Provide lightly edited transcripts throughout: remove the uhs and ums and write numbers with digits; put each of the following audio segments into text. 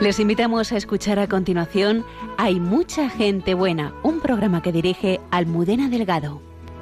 Les invitamos a escuchar a continuación Hay mucha gente buena, un programa que dirige Almudena Delgado.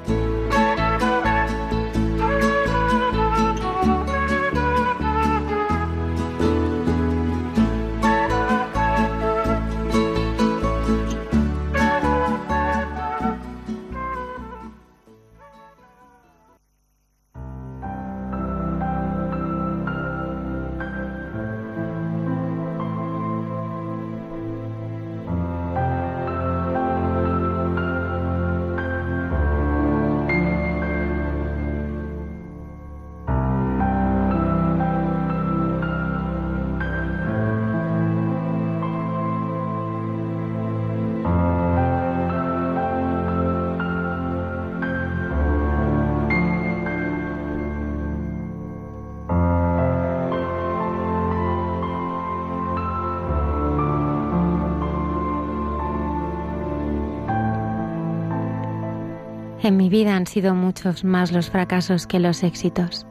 En mi vida han sido muchos más los fracasos que los éxitos.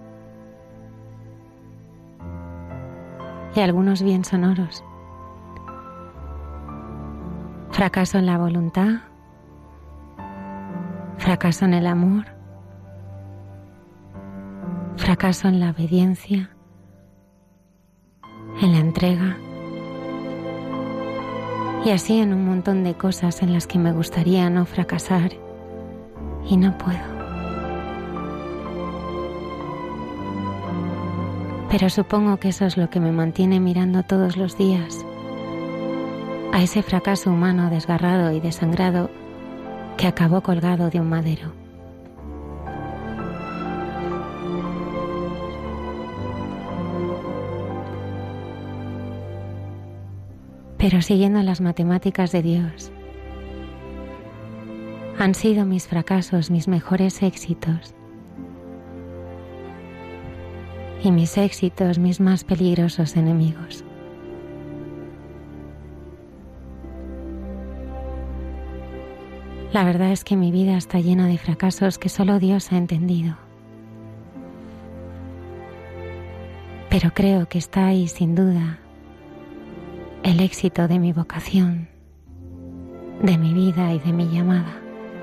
Y algunos bien sonoros. Fracaso en la voluntad, fracaso en el amor, fracaso en la obediencia, en la entrega, y así en un montón de cosas en las que me gustaría no fracasar. Y no puedo. Pero supongo que eso es lo que me mantiene mirando todos los días a ese fracaso humano desgarrado y desangrado que acabó colgado de un madero. Pero siguiendo las matemáticas de Dios, han sido mis fracasos mis mejores éxitos y mis éxitos mis más peligrosos enemigos. La verdad es que mi vida está llena de fracasos que solo Dios ha entendido. Pero creo que está ahí sin duda el éxito de mi vocación, de mi vida y de mi llamada.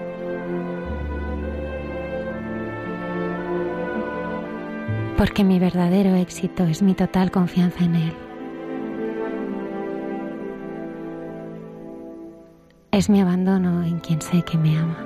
Porque mi verdadero éxito es mi total confianza en Él. Es mi abandono en quien sé que me ama.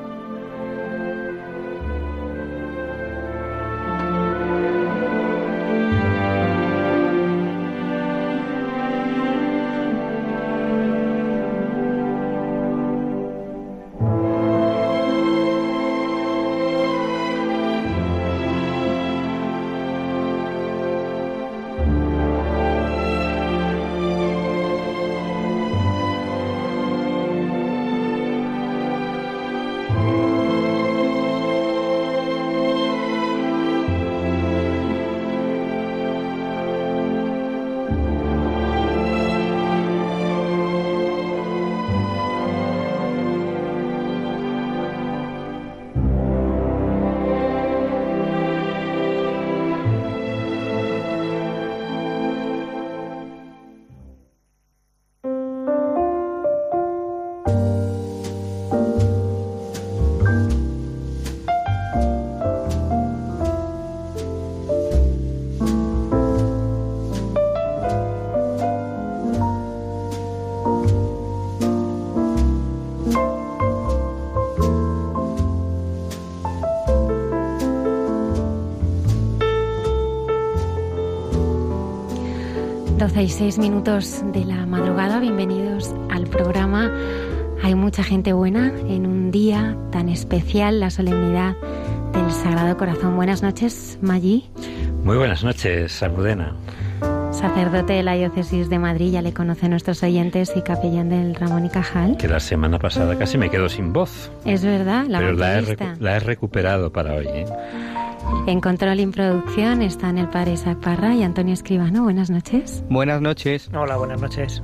Y 6 minutos de la madrugada, bienvenidos al programa Hay mucha gente buena en un día tan especial, la solemnidad del Sagrado Corazón. Buenas noches, Magí. Muy buenas noches, Almudena. Sacerdote de la Diócesis de Madrid, ya le conocen nuestros oyentes, y capellán del Ramón y Cajal. Que la semana pasada casi me quedo sin voz. Es verdad, pero la he recuperado para hoy, ¿eh? En control y en producción están el padre Isaac Parra y Antonio Escribano. Buenas noches. Buenas noches. Hola, buenas noches.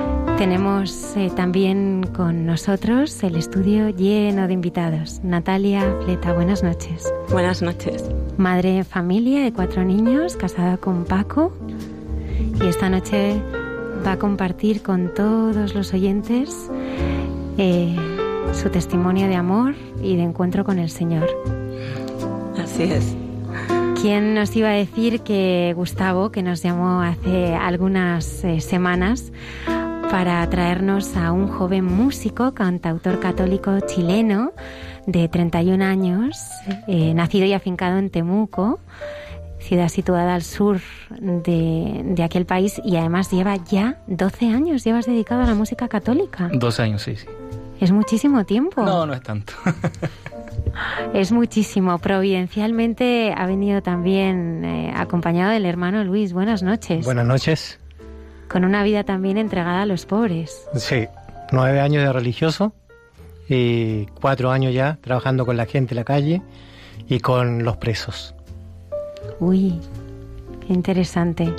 Tenemos también con nosotros el estudio lleno de invitados. Natalia Fleta, buenas noches. Buenas noches. Madre de familia de 4 niños, casada con Paco. Y esta noche va a compartir con todos los oyentes su testimonio de amor y de encuentro con el Señor. Así es. ¿Quién nos iba a decir que Gustavo, que nos llamó hace algunas semanas para traernos a un joven músico, cantautor católico chileno de 31 años, nacido y afincado en Temuco, ciudad situada al sur de aquel país, y además lleva ya 12 años, llevas dedicado a la música católica? 12 años, sí. Es muchísimo tiempo. No es tanto. Es muchísimo. Providencialmente ha venido también acompañado del hermano Luis. Buenas noches. Buenas noches. Con una vida también entregada a los pobres. Sí, 9 años de religioso y 4 años ya trabajando con la gente en la calle y con los presos. Uy, qué interesante.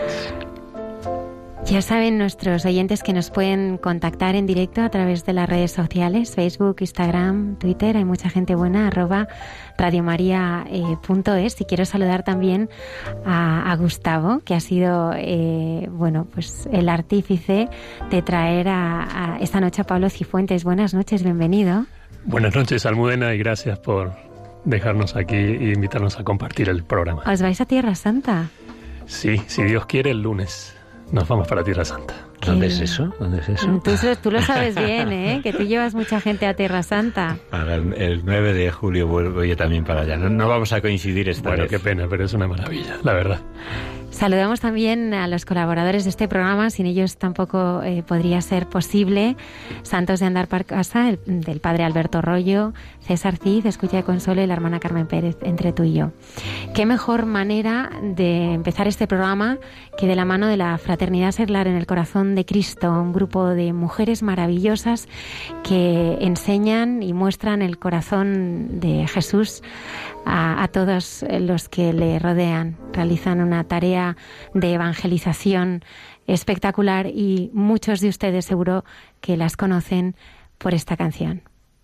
Ya saben nuestros oyentes que nos pueden contactar en directo a través de las redes sociales, Facebook, Instagram, Twitter. Hay mucha gente buena, @radiomaria.es. Y quiero saludar también a Gustavo, que ha sido pues el artífice de traer a esta noche a Pablo Cifuentes. Buenas noches, bienvenido. Buenas noches, Almudena, y gracias por dejarnos aquí e invitarnos a compartir el programa. ¿Os vais a Tierra Santa? Sí, si Dios quiere, el lunes nos vamos para Tierra Santa. ¿Dónde es eso? Tú lo sabes bien, ¿eh? Que tú llevas mucha gente a Tierra Santa. Para el 9 de julio vuelvo yo también para allá. No vamos a coincidir esta vez. Bueno, qué pena, pero es una maravilla, la verdad. Saludamos también a los colaboradores de este programa, sin ellos tampoco podría ser posible. Santos de Andar por Casa, del padre Alberto Rollo, César Cid, Escucha de Consuelo, y la hermana Carmen Pérez, entre tú y yo. Qué mejor manera de empezar este programa que de la mano de la Fraternidad Seglar en el Corazón de Cristo, un grupo de mujeres maravillosas que enseñan y muestran el corazón de Jesús a todos los que le rodean. Realizan una tarea de evangelización espectacular y muchos de ustedes seguro que las conocen por esta canción.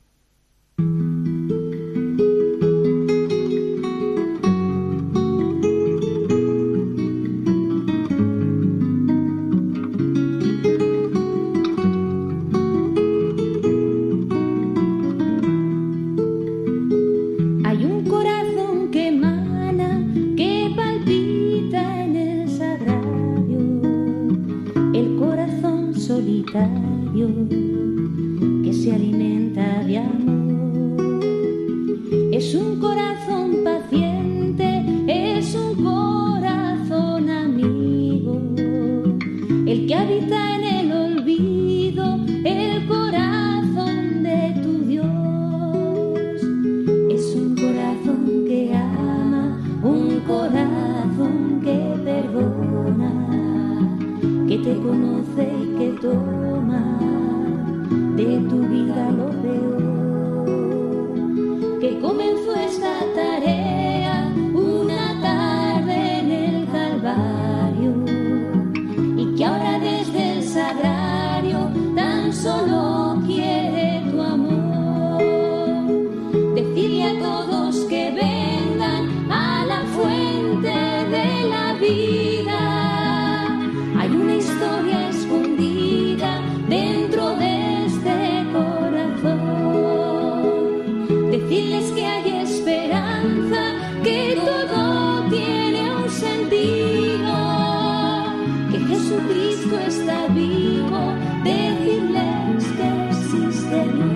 Que se alimenta de amor. Es un corazón paciente, es un corazón amigo, el que habita en el olvido, el corazón de tu Dios. Es un corazón que ama, un corazón que perdona, que te conoce y que toma de tu vida lo peor, que comenzó esta tarea una tarde en el Calvario y que ahora desde el sagrario tan solo quiere tu amor. Decirle a todos que vengan a la fuente de la vida. Hay una historia escondida dentro de este corazón. Decirles que hay esperanza, que todo tiene un sentido, que Jesucristo está vivo. Decirles que existe Dios.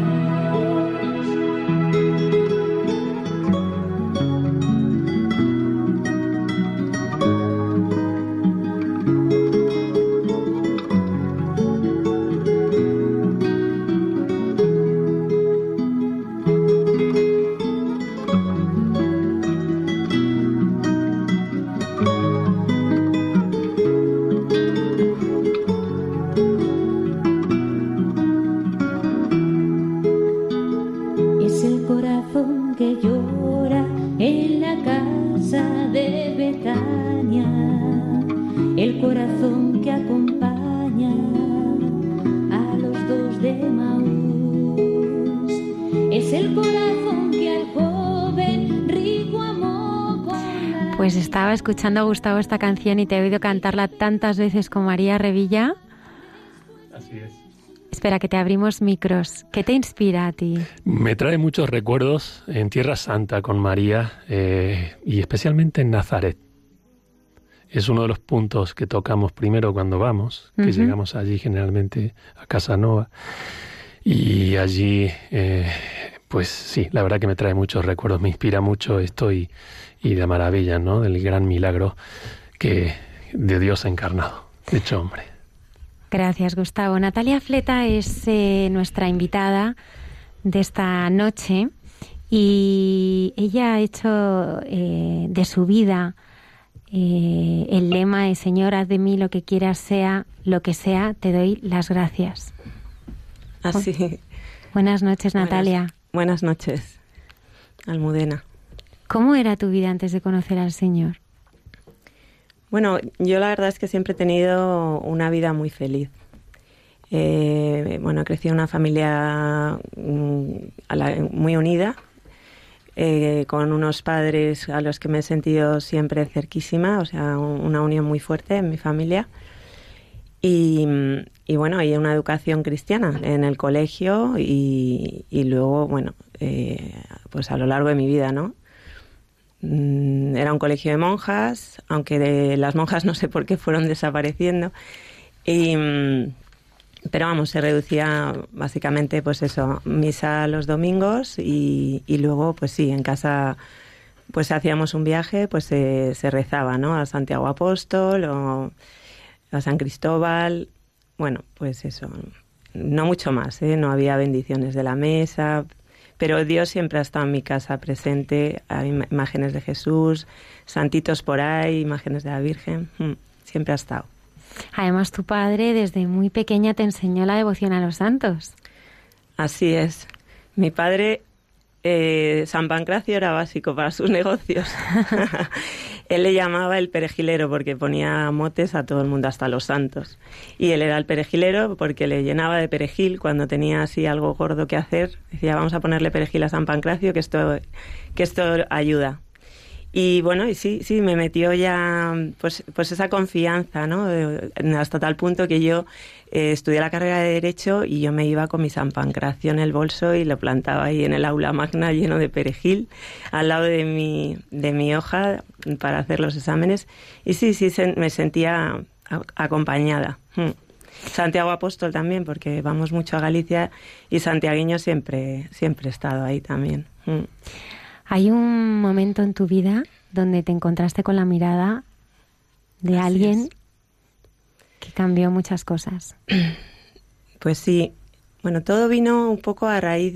Pues estaba escuchando a Gustavo esta canción y te he oído cantarla tantas veces con María Revilla. Así es. Espera, que te abrimos micros. ¿Qué te inspira a ti? Me trae muchos recuerdos en Tierra Santa con María y especialmente en Nazaret. Es uno de los puntos que tocamos primero cuando vamos, que llegamos allí generalmente a Casanova. Y allí, pues sí, la verdad que me trae muchos recuerdos, me inspira mucho esto y de maravilla, ¿no? Del gran milagro de Dios encarnado, hecho hombre. Gracias, Gustavo. Natalia Fleta es nuestra invitada de esta noche y ella ha hecho de su vida el lema es: Señor, haz de mí lo que quieras, sea lo que sea, te doy las gracias. Así. Buenas noches, Natalia. Buenas noches, Almudena. ¿Cómo era tu vida antes de conocer al Señor? Bueno, yo la verdad es que siempre he tenido una vida muy feliz. Bueno, crecí en una familia muy unida, con unos padres a los que me he sentido siempre cerquísima, o sea, una unión muy fuerte en mi familia. Y bueno, hay una educación cristiana en el colegio y luego, bueno, pues a lo largo de mi vida, ¿no? Era un colegio de monjas, aunque las monjas no sé por qué fueron desapareciendo. Pero vamos, se reducía básicamente, pues eso, misa los domingos y luego, pues sí, en casa pues hacíamos un viaje, pues se rezaba, ¿no? A Santiago Apóstol o a San Cristóbal. Bueno, pues eso, no mucho más, ¿eh? No había bendiciones de la mesa, pero Dios siempre ha estado en mi casa presente. Hay imágenes de Jesús, santitos por ahí, imágenes de la Virgen, siempre ha estado. Además, tu padre desde muy pequeña te enseñó la devoción a los santos. Así es. Mi padre, San Pancracio, era básico para sus negocios. Él le llamaba el perejilero porque ponía motes a todo el mundo, hasta los santos. Y él era el perejilero porque le llenaba de perejil cuando tenía así algo gordo que hacer. Decía, vamos a ponerle perejil a San Pancracio, que esto ayuda. Y bueno, y sí, me metió ya pues esa confianza, ¿no? Hasta tal punto que yo estudié la carrera de Derecho y yo me iba con mi San Pancracio en el bolso y lo plantaba ahí en el aula magna lleno de perejil al lado de mi hoja para hacer los exámenes. Y sí, me sentía acompañada. Santiago Apóstol también, porque vamos mucho a Galicia y santiagueño siempre he estado ahí también. ¿Hay un momento en tu vida donde te encontraste con la mirada de alguien que cambió muchas cosas? Pues sí. Bueno, todo vino un poco a raíz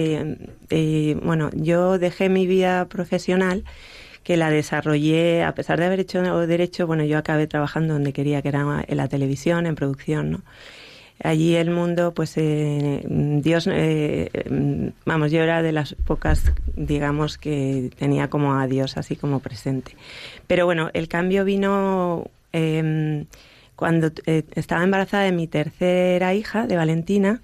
bueno, yo dejé mi vida profesional, que la desarrollé, a pesar de haber hecho Derecho, bueno, yo acabé trabajando donde quería, que era en la televisión, en producción, ¿no? Allí el mundo, pues Dios, vamos, yo era de las pocas, digamos, que tenía como a Dios así como presente. Pero bueno, el cambio vino cuando estaba embarazada de mi tercera hija, de Valentina.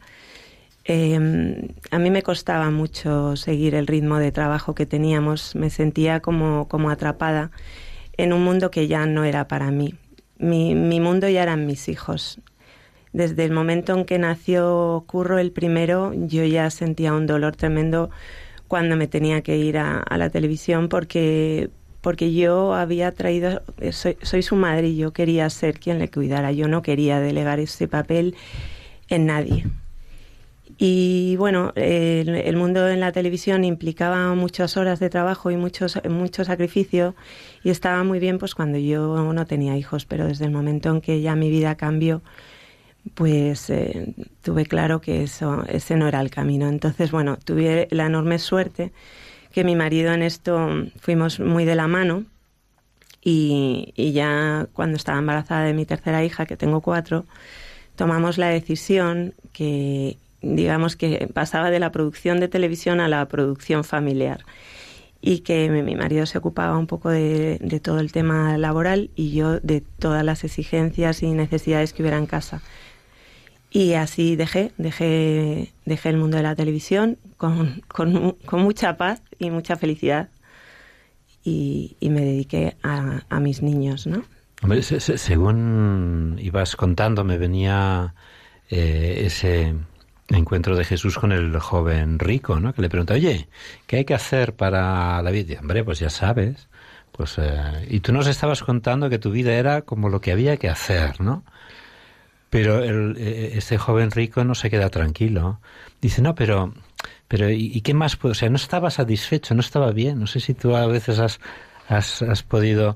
A mí me costaba mucho seguir el ritmo de trabajo que teníamos. Me sentía como atrapada en un mundo que ya no era para mí. Mi mundo ya eran mis hijos. Desde el momento en que nació Curro, el primero, yo ya sentía un dolor tremendo cuando me tenía que ir a la televisión porque yo había traído, soy su madre y yo quería ser quien le cuidara. Yo no quería delegar ese papel en nadie. Y bueno, el mundo en la televisión implicaba muchas horas de trabajo y mucho sacrificio, y estaba muy bien pues cuando yo no tenía hijos, pero desde el momento en que ya mi vida cambió, pues tuve claro que ese no era el camino. Entonces, bueno, tuve la enorme suerte que mi marido en esto fuimos muy de la mano y ya cuando estaba embarazada de mi tercera hija, que tengo 4, tomamos la decisión que, digamos, que pasaba de la producción de televisión a la producción familiar y que mi marido se ocupaba un poco de todo el tema laboral y yo de todas las exigencias y necesidades que hubiera en casa. Y así dejé el mundo de la televisión con mucha paz y mucha felicidad y me dediqué a mis niños, ¿no? Hombre, según ibas contando, me venía ese encuentro de Jesús con el joven rico, ¿no? Que le pregunta, oye, ¿qué hay que hacer para la vida? Y, hombre, pues ya sabes, pues y tú nos estabas contando que tu vida era como lo que había que hacer, ¿no? Pero este joven rico no se queda tranquilo. Dice, no, pero ¿y qué más puedo? O sea, no estaba satisfecho, no estaba bien. No sé si tú a veces has podido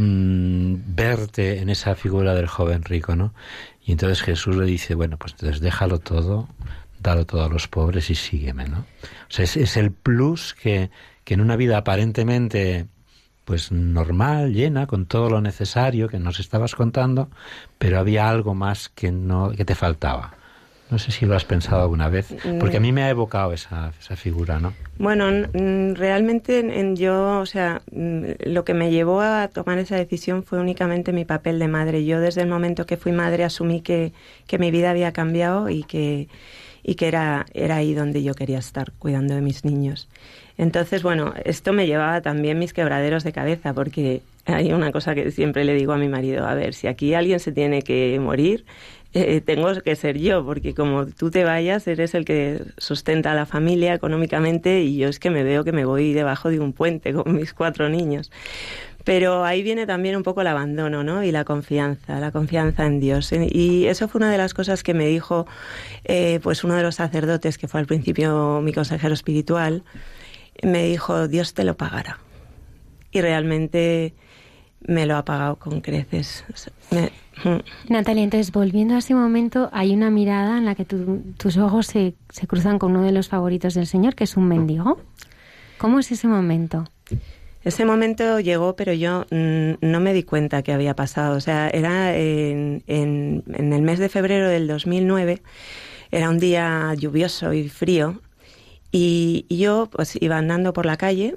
verte en esa figura del joven rico, ¿no? Y entonces Jesús le dice, bueno, pues entonces déjalo todo, dalo todo a los pobres y sígueme, ¿no? O sea, es el plus que en una vida aparentemente pues normal, llena, con todo lo necesario que nos estabas contando, pero había algo más que te faltaba. No sé si lo has pensado alguna vez, porque a mí me ha evocado esa figura, ¿no? Bueno, realmente yo, o sea, lo que me llevó a tomar esa decisión fue únicamente mi papel de madre. Yo desde el momento que fui madre asumí que mi vida había cambiado y que era ahí donde yo quería estar, cuidando de mis niños. Entonces, bueno, esto me llevaba también mis quebraderos de cabeza, porque hay una cosa que siempre le digo a mi marido, a ver, si aquí alguien se tiene que morir, tengo que ser yo, porque como tú te vayas, eres el que sustenta a la familia económicamente y yo es que me veo que me voy debajo de un puente con mis 4 niños. Pero ahí viene también un poco el abandono, ¿no? Y la confianza en Dios. Y eso fue una de las cosas que me dijo pues uno de los sacerdotes, que fue al principio mi consejero espiritual, me dijo, Dios te lo pagará. Y realmente me lo ha pagado con creces. Natalia, entonces, volviendo a ese momento, hay una mirada en la que tus ojos se cruzan con uno de los favoritos del Señor, que es un mendigo. ¿Cómo es ese momento? Ese momento llegó, pero yo no me di cuenta que había pasado. O sea, era en el mes de febrero del 2009, era un día lluvioso y frío, y yo pues iba andando por la calle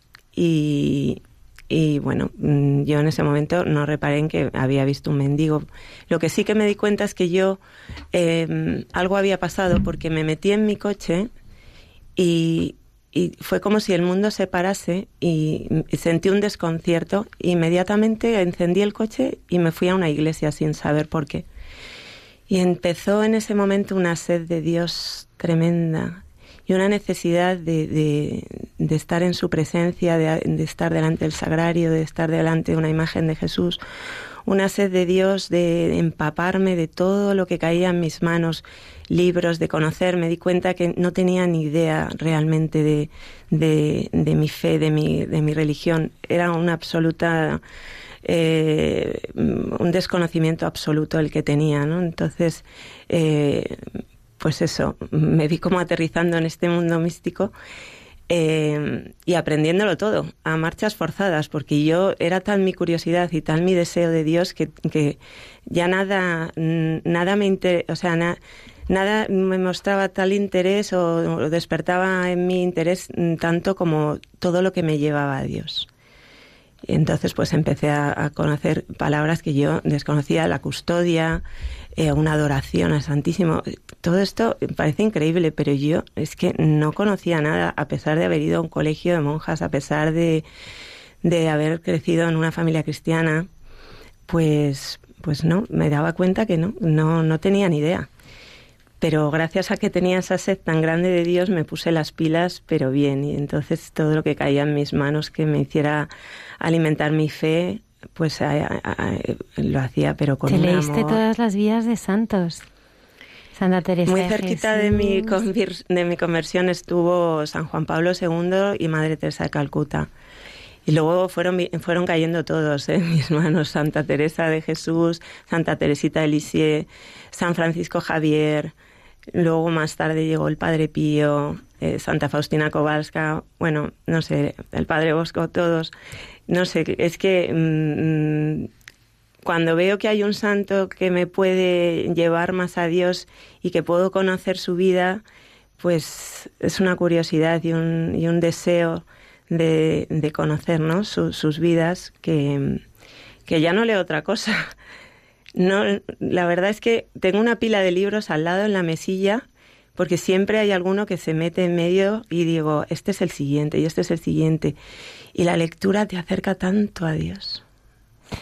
y bueno, yo en ese momento no reparé en que había visto un mendigo. Lo que sí que me di cuenta es que yo algo había pasado, porque me metí en mi coche y fue como si el mundo se parase y sentí un desconcierto. Inmediatamente encendí el coche y me fui a una iglesia sin saber por qué. Y empezó en ese momento una sed de Dios tremenda y una necesidad de estar en su presencia, de estar delante del sagrario, de estar delante de una imagen de Jesús. Una sed de Dios, de empaparme de todo lo que caía en mis manos, libros, de conocer. Me di cuenta que no tenía ni idea realmente de mi fe, de mi religión. Era una absoluta, un desconocimiento absoluto el que tenía, ¿no? Entonces, pues eso, me vi como aterrizando en este mundo místico. Y aprendiéndolo todo, a marchas forzadas, porque yo era tan mi curiosidad y tan mi deseo de Dios que ya nada me mostraba tal interés o despertaba en mi interés tanto como todo lo que me llevaba a Dios. Y entonces pues empecé a conocer palabras que yo desconocía, la custodia, una adoración al Santísimo. Todo esto parece increíble, pero yo es que no conocía nada, a pesar de haber ido a un colegio de monjas, a pesar de haber crecido en una familia cristiana, pues no, me daba cuenta que no tenía ni idea. Pero gracias a que tenía esa sed tan grande de Dios, me puse las pilas, pero bien. Y entonces todo lo que caía en mis manos que me hiciera alimentar mi fe, pues lo hacía, pero con un amor. Te leíste todas las vidas de santos. Santa Teresa Muy de cerquita Jesús. de mi conversión estuvo San Juan Pablo II y Madre Teresa de Calcuta. Y luego fueron cayendo todos en mis manos. Santa Teresa de Jesús, Santa Teresita de Lisieux, San Francisco Javier. Luego más tarde llegó el Padre Pío, Santa Faustina Kowalska, bueno, no sé, el Padre Bosco, todos. No sé, es que cuando veo que hay un santo que me puede llevar más a Dios y que puedo conocer su vida, pues es una curiosidad y un deseo de conocer, ¿no? sus vidas, que ya no leo otra cosa. No, la verdad es que tengo una pila de libros al lado en la mesilla, porque siempre hay alguno que se mete en medio y digo, este es el siguiente y este es el siguiente. Y la lectura te acerca tanto a Dios.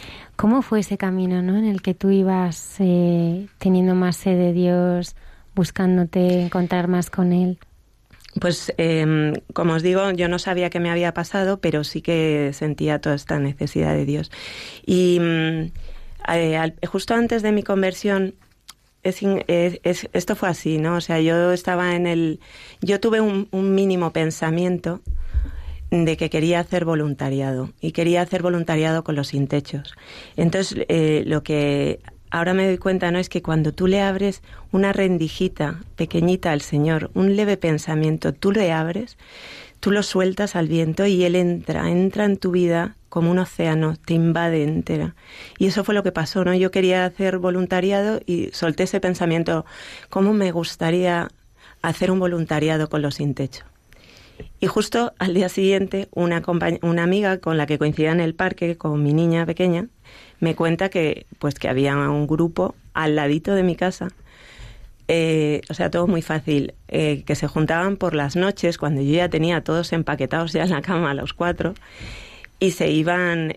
¿Cómo fue ese camino, ¿no?, en el que tú ibas teniendo más sed de Dios, buscándote encontrar más con Él? Pues, como os digo, yo no sabía qué me había pasado, pero sí que sentía toda esta necesidad de Dios. Y justo antes de mi conversión, esto fue así, ¿no? O sea, yo tuve un mínimo pensamiento de que quería hacer voluntariado, y quería hacer voluntariado con los sin techos. Entonces, lo que ahora me doy cuenta, ¿no?, es que cuando tú le abres una rendijita pequeñita al Señor, un leve pensamiento, tú le abres, tú lo sueltas al viento y Él entra en tu vida como un océano, te invade entera. Y eso fue lo que pasó, ¿no? Yo quería hacer voluntariado y solté ese pensamiento, ¿cómo me gustaría hacer un voluntariado con los sin techo? Y justo al día siguiente, una amiga con la que coincidía en el parque con mi niña pequeña, me cuenta que había un grupo al ladito de mi casa, o sea, todo muy fácil, que se juntaban por las noches, cuando yo ya tenía a todos empaquetados ya en la cama a los 4, y se iban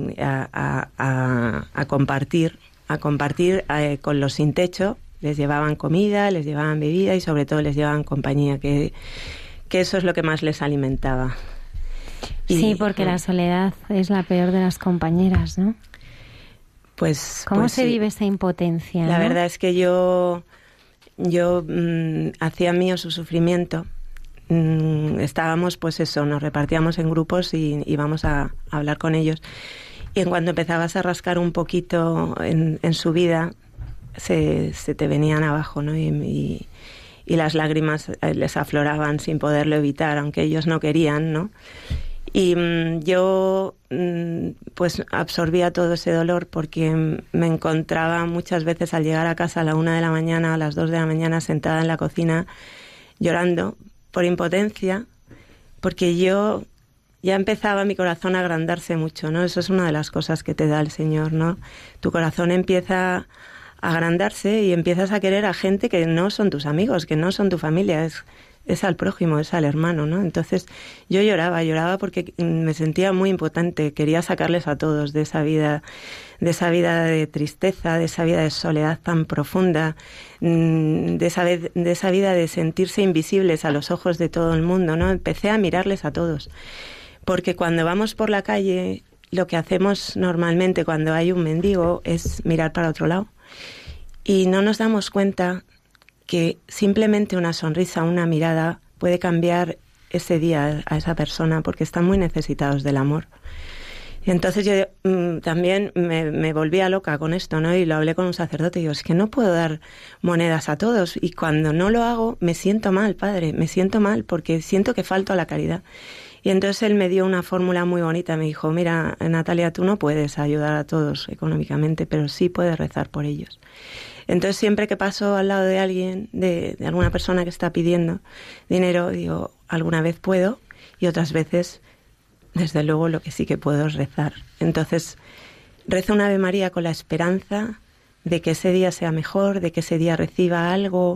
a compartir con los sin techo. Les llevaban comida, les llevaban bebida y sobre todo les llevaban compañía, que eso es lo que más les alimentaba. Sí, porque la soledad es la peor de las compañeras, ¿no? ¿Cómo se vive esa impotencia? La verdad es que yo hacía mío su sufrimiento. Estábamos, pues eso, nos repartíamos en grupos y íbamos a hablar con ellos. Y en cuanto empezabas a rascar un poquito en su vida, se te venían abajo, ¿no? Y las lágrimas les afloraban sin poderlo evitar, aunque ellos no querían, ¿no? Y yo pues absorbía todo ese dolor, porque me encontraba muchas veces al llegar a casa a la 1 de la mañana, a las 2 de la mañana, sentada en la cocina llorando por impotencia, porque yo ya empezaba mi corazón a agrandarse mucho, ¿no? Eso es una de las cosas que te da el Señor, ¿no? Tu corazón empieza a agrandarse y empiezas a querer a gente que no son tus amigos, que no son tu familia, es al prójimo, es al hermano, ¿no? Entonces yo lloraba porque me sentía muy impotente, quería sacarles a todos de esa vida de tristeza, de esa vida de soledad tan profunda, de esa vida de sentirse invisibles a los ojos de todo el mundo, ¿no? Empecé a mirarles a todos, porque cuando vamos por la calle, lo que hacemos normalmente cuando hay un mendigo es mirar para otro lado, y no nos damos cuenta que simplemente una sonrisa, una mirada puede cambiar ese día a esa persona, porque están muy necesitados del amor. Y entonces yo también me volvía loca con esto, ¿no? Y lo hablé con un sacerdote y digo, es que no puedo dar monedas a todos, y cuando no lo hago me siento mal, padre, me siento mal porque siento que falto a la caridad. Y entonces él me dio una fórmula muy bonita, me dijo, mira, Natalia, tú no puedes ayudar a todos económicamente, pero sí puedes rezar por ellos. Entonces siempre que paso al lado de alguien, de alguna persona que está pidiendo dinero, digo, alguna vez puedo, y otras veces, desde luego, lo que sí que puedo es rezar. Entonces rezo una Ave María con la esperanza de que ese día sea mejor, de que ese día reciba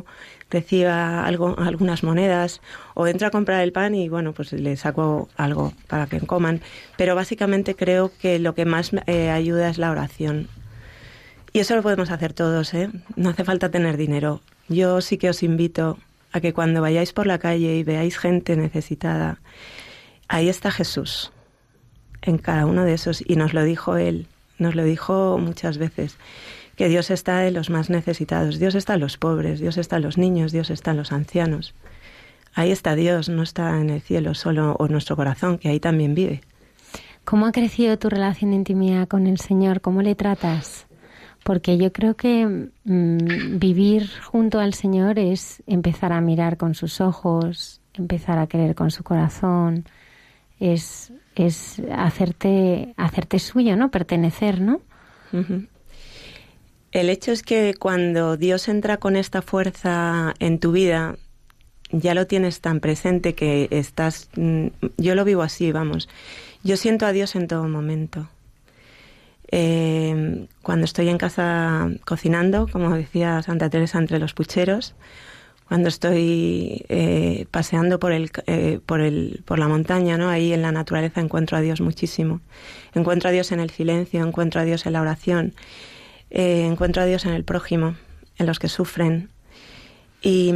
algunas monedas, o entro a comprar el pan y bueno, pues le saco algo para que coman. Pero básicamente creo que lo que más ayuda es la oración. Y eso lo podemos hacer todos, ¿eh? No hace falta tener dinero. Yo sí que os invito a que cuando vayáis por la calle y veáis gente necesitada, ahí está Jesús, en cada uno de esos. Y nos lo dijo Él, nos lo dijo muchas veces, que Dios está en los más necesitados, Dios está en los pobres, Dios está en los niños, Dios está en los ancianos. Ahí está Dios, no está en el cielo solo, o en nuestro corazón, que ahí también vive. ¿Cómo ha crecido tu relación de intimidad con el Señor? ¿Cómo le tratas? Porque yo creo que vivir junto al Señor es empezar a mirar con sus ojos, empezar a querer con su corazón, es hacerte suyo, ¿no? Pertenecer, ¿no? Uh-huh. El hecho es que cuando Dios entra con esta fuerza en tu vida, ya lo tienes tan presente que estás... Yo lo vivo así, vamos. Yo siento a Dios en todo momento. Cuando estoy en casa cocinando, como decía Santa Teresa, entre los pucheros, cuando estoy paseando por la montaña, ¿no? Ahí en la naturaleza encuentro a Dios muchísimo. Encuentro a Dios en el silencio, encuentro a Dios en la oración, encuentro a Dios en el prójimo, en los que sufren. Y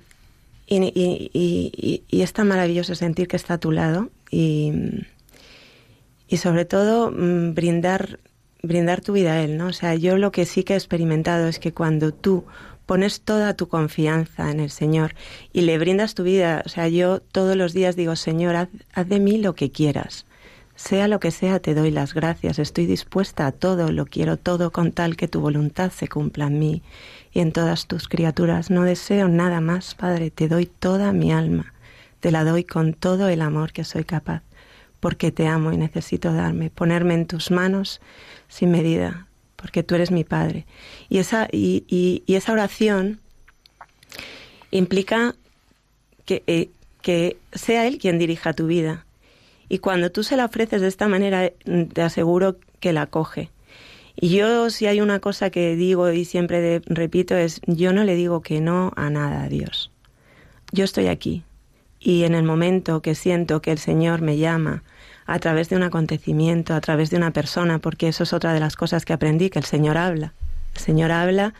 es tan maravilloso sentir que está a tu lado y sobre todo brindar tu vida a Él, ¿no? O sea, yo lo que sí que he experimentado es que cuando tú pones toda tu confianza en el Señor y le brindas tu vida, o sea, yo todos los días digo, Señor, haz de mí lo que quieras. Sea lo que sea, te doy las gracias. Estoy dispuesta a todo, lo quiero todo con tal que tu voluntad se cumpla en mí y en todas tus criaturas. No deseo nada más, Padre. Te doy toda mi alma. Te la doy con todo el amor que soy capaz, porque te amo y necesito ponerme en tus manos sin medida, porque tú eres mi Padre. Y esa oración implica que sea Él quien dirija tu vida. Y cuando tú se la ofreces de esta manera, te aseguro que la acoge. Y yo, si hay una cosa que digo y siempre repito, es: yo no le digo que no a nada a Dios. Yo estoy aquí. Y en el momento que siento que el Señor me llama a través de un acontecimiento, a través de una persona, porque eso es otra de las cosas que aprendí, que el Señor habla. El Señor habla.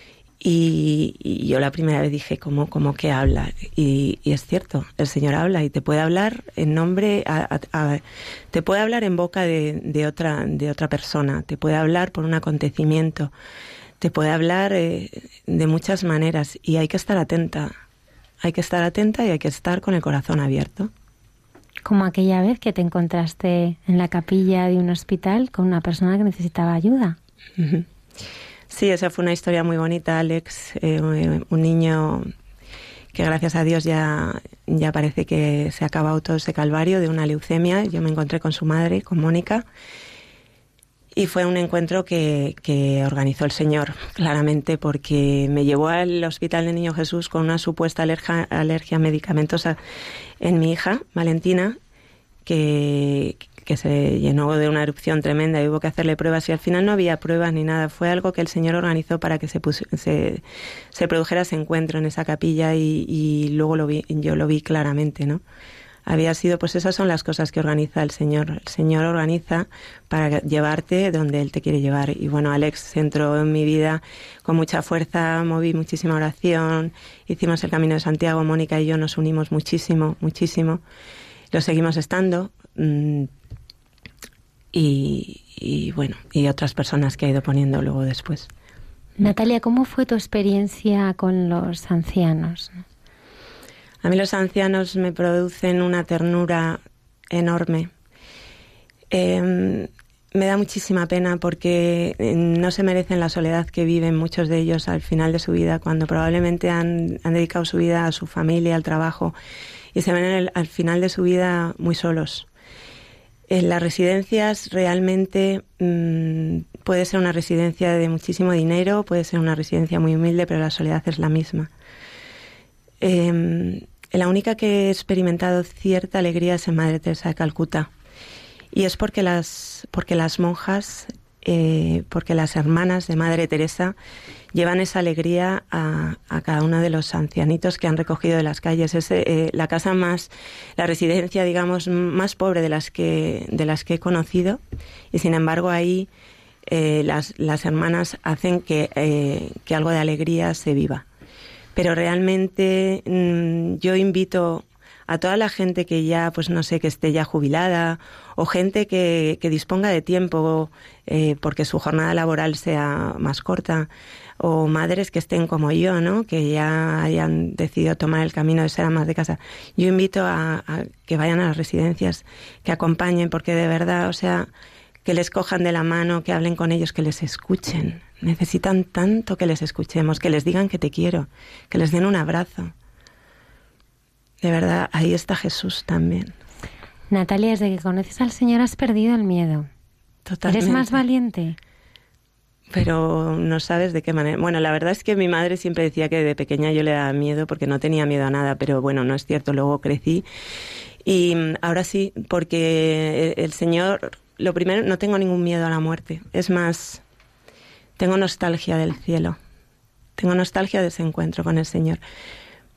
Y yo la primera vez dije, ¿cómo que habla? Y es cierto, el Señor habla y te puede hablar en nombre, te puede hablar en boca de otra persona, te puede hablar por un acontecimiento, te puede hablar de muchas maneras, y hay que estar atenta y hay que estar con el corazón abierto. Como aquella vez que te encontraste en la capilla de un hospital con una persona que necesitaba ayuda. Uh-huh. Sí, esa fue una historia muy bonita, Alex, un niño que gracias a Dios ya parece que se ha acabado todo ese calvario de una leucemia. Yo me encontré con su madre, con Mónica, y fue un encuentro que organizó el Señor, claramente, porque me llevó al Hospital del Niño Jesús con una supuesta alergia medicamentosa en mi hija, Valentina, que se llenó de una erupción tremenda y hubo que hacerle pruebas, y al final no había pruebas ni nada. Fue algo que el Señor organizó para que se produjera ese encuentro en esa capilla, y luego yo lo vi claramente, ¿no? Había sido, pues esas son las cosas que organiza el Señor. El Señor organiza para llevarte donde Él te quiere llevar. Y bueno, Alex entró en mi vida con mucha fuerza, moví muchísima oración, hicimos el Camino de Santiago, Mónica y yo nos unimos muchísimo, muchísimo. Lo seguimos estando. Y bueno, y otras personas que ha ido poniendo luego después. Natalia, ¿cómo fue tu experiencia con los ancianos? A mí los ancianos me producen una ternura enorme. Me da muchísima pena porque no se merecen la soledad que viven muchos de ellos al final de su vida, cuando probablemente han dedicado su vida a su familia, al trabajo, y se ven al final de su vida muy solos. En las residencias realmente puede ser una residencia de muchísimo dinero, puede ser una residencia muy humilde, pero la soledad es la misma. La única que he experimentado cierta alegría es en Madre Teresa de Calcuta, y es porque las monjas, porque las hermanas de Madre Teresa llevan esa alegría a cada uno de los ancianitos que han recogido de las calles. Es la residencia, digamos, más pobre de las que he conocido, y sin embargo ahí las hermanas hacen que algo de alegría se viva. Pero realmente yo invito a toda la gente que ya, pues no sé, que esté ya jubilada, o gente que disponga de tiempo porque su jornada laboral sea más corta, o madres que estén como yo, ¿no?, que ya hayan decidido tomar el camino de ser amas de casa. Yo invito a que vayan a las residencias, que acompañen, porque de verdad, o sea, que les cojan de la mano, que hablen con ellos, que les escuchen. Necesitan tanto que les escuchemos, que les digan que te quiero, que les den un abrazo. De verdad, ahí está Jesús también. Natalia, desde que conoces al Señor has perdido el miedo. Totalmente. ¿Eres más valiente? Pero no sabes de qué manera. Bueno, la verdad es que mi madre siempre decía que de pequeña yo le daba miedo porque no tenía miedo a nada, pero bueno, no es cierto. Luego crecí y ahora sí, porque el Señor, lo primero, no tengo ningún miedo a la muerte. Es más, tengo nostalgia del cielo. Tengo nostalgia de ese encuentro con el Señor.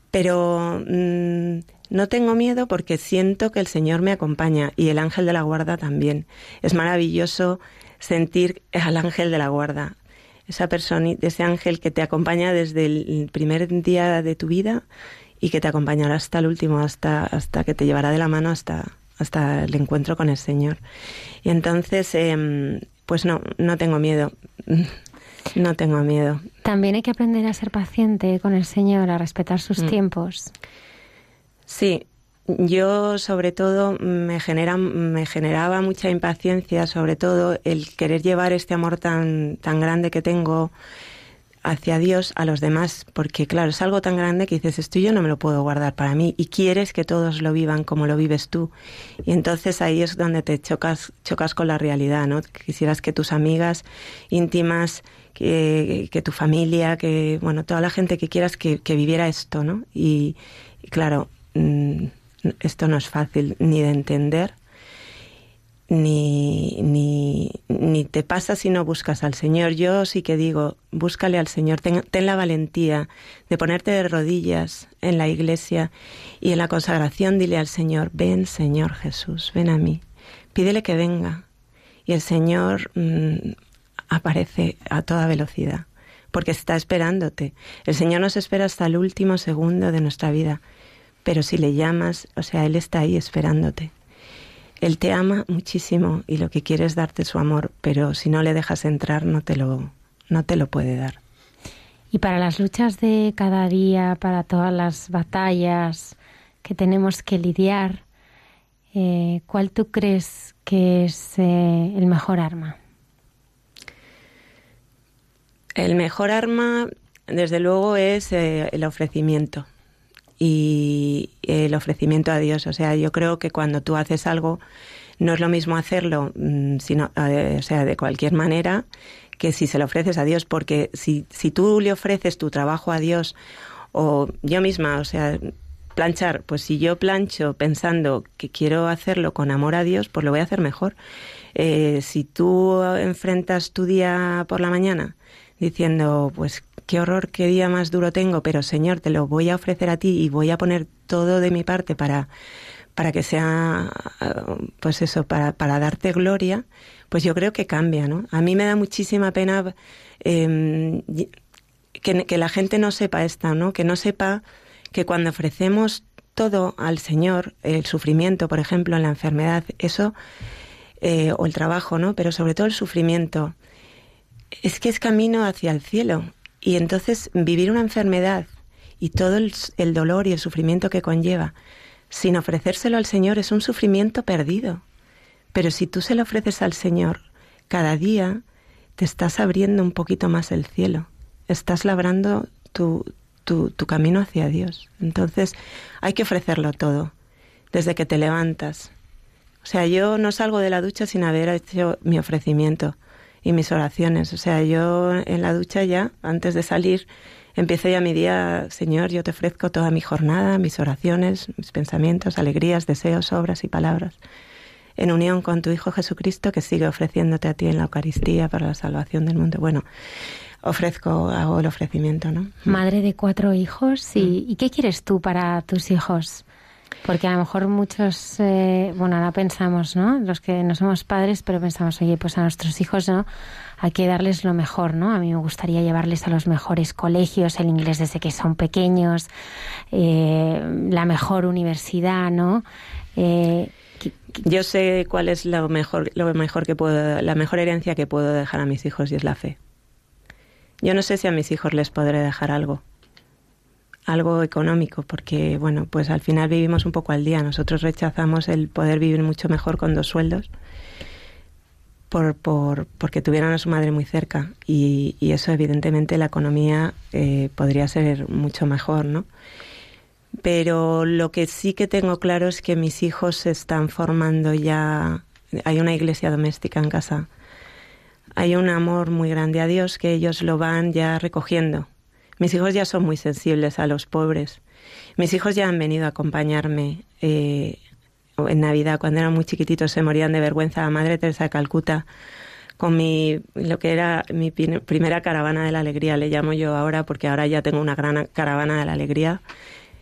Pero no tengo miedo porque siento que el Señor me acompaña y el ángel de la guarda también. Es maravilloso sentir al ángel de la guarda, esa persona, ese ángel que te acompaña desde el primer día de tu vida y que te acompañará hasta el último, hasta que te llevará de la mano hasta el encuentro con el Señor. Y entonces, pues no tengo miedo. No tengo miedo. También hay que aprender a ser paciente con el Señor, a respetar sus tiempos. Sí, yo sobre todo me generaba mucha impaciencia, sobre todo el querer llevar este amor tan grande que tengo hacia Dios a los demás, porque claro, es algo tan grande que dices, esto yo no me lo puedo guardar para mí, y quieres que todos lo vivan como lo vives tú, y entonces ahí es donde te chocas con la realidad, ¿no? Quisieras que tus amigas íntimas, que tu familia, que bueno, toda la gente que quieras que viviera esto, ¿no? Y claro, esto no es fácil ni de entender, ni te pasa si no buscas al Señor. Yo sí que digo, búscale al Señor, ten la valentía de ponerte de rodillas en la iglesia y en la consagración dile al Señor, ven Señor Jesús, ven a mí, pídele que venga, y el Señor aparece a toda velocidad, porque está esperándote. El Señor nos espera hasta el último segundo de nuestra vida, pero si le llamas, o sea, Él está ahí esperándote. Él te ama muchísimo y lo que quiere es darte su amor, pero si no le dejas entrar no te lo puede dar. Y para las luchas de cada día, para todas las batallas que tenemos que lidiar, ¿cuál tú crees que es el mejor arma? El mejor arma, desde luego, es el ofrecimiento. Y el ofrecimiento a Dios. O sea, yo creo que cuando tú haces algo, no es lo mismo hacerlo sino, o sea, de cualquier manera, que si se lo ofreces a Dios, porque si tú le ofreces tu trabajo a Dios, o yo misma, o sea, planchar, pues si yo plancho pensando que quiero hacerlo con amor a Dios, pues lo voy a hacer mejor. Si tú enfrentas tu día por la mañana diciendo, pues qué horror, qué día más duro tengo, pero Señor, te lo voy a ofrecer a ti y voy a poner todo de mi parte para que sea, pues eso, para darte gloria, pues yo creo que cambia, ¿no? A mí me da muchísima pena que la gente no sepa esto, ¿no? Que no sepa que cuando ofrecemos todo al Señor, el sufrimiento, por ejemplo, en la enfermedad, eso, o el trabajo, ¿no? Pero sobre todo el sufrimiento, es que es camino hacia el cielo. Y entonces vivir una enfermedad y todo el dolor y el sufrimiento que conlleva sin ofrecérselo al Señor es un sufrimiento perdido. Pero si tú se lo ofreces al Señor, cada día te estás abriendo un poquito más el cielo. Estás labrando tu camino hacia Dios. Entonces hay que ofrecerlo todo, desde que te levantas. O sea, yo no salgo de la ducha sin haber hecho mi ofrecimiento y mis oraciones. O sea, yo en la ducha ya, antes de salir, empiezo ya mi día, Señor, yo te ofrezco toda mi jornada, mis oraciones, mis pensamientos, alegrías, deseos, obras y palabras, en unión con tu Hijo Jesucristo, que sigue ofreciéndote a ti en la Eucaristía para la salvación del mundo. Bueno, hago el ofrecimiento, ¿no? Madre de 4 hijos, ¿y qué quieres tú para tus hijos? Porque a lo mejor muchos, ahora pensamos, ¿no? Los que no somos padres, pero pensamos, oye, pues a nuestros hijos, ¿no? Hay que darles lo mejor, ¿no? A mí me gustaría llevarles a los mejores colegios, el inglés desde que son pequeños, la mejor universidad, ¿no? Yo sé cuál es la mejor herencia que puedo dejar a mis hijos, y es la fe. Yo no sé si a mis hijos les podré dejar algo económico, porque, bueno, pues al final vivimos un poco al día. Nosotros rechazamos el poder vivir mucho mejor con 2 sueldos porque tuvieran a su madre muy cerca, y eso, evidentemente, la economía podría ser mucho mejor, ¿no? Pero lo que sí que tengo claro es que mis hijos se están formando ya. Hay una iglesia doméstica en casa. Hay un amor muy grande a Dios que ellos lo van ya recogiendo. Mis hijos ya son muy sensibles a los pobres. Mis hijos ya han venido a acompañarme en Navidad. Cuando eran muy chiquititos se morían de vergüenza. A Madre Teresa de Calcuta, con lo que era mi primera caravana de la alegría, le llamo yo ahora, porque ahora ya tengo una gran caravana de la alegría.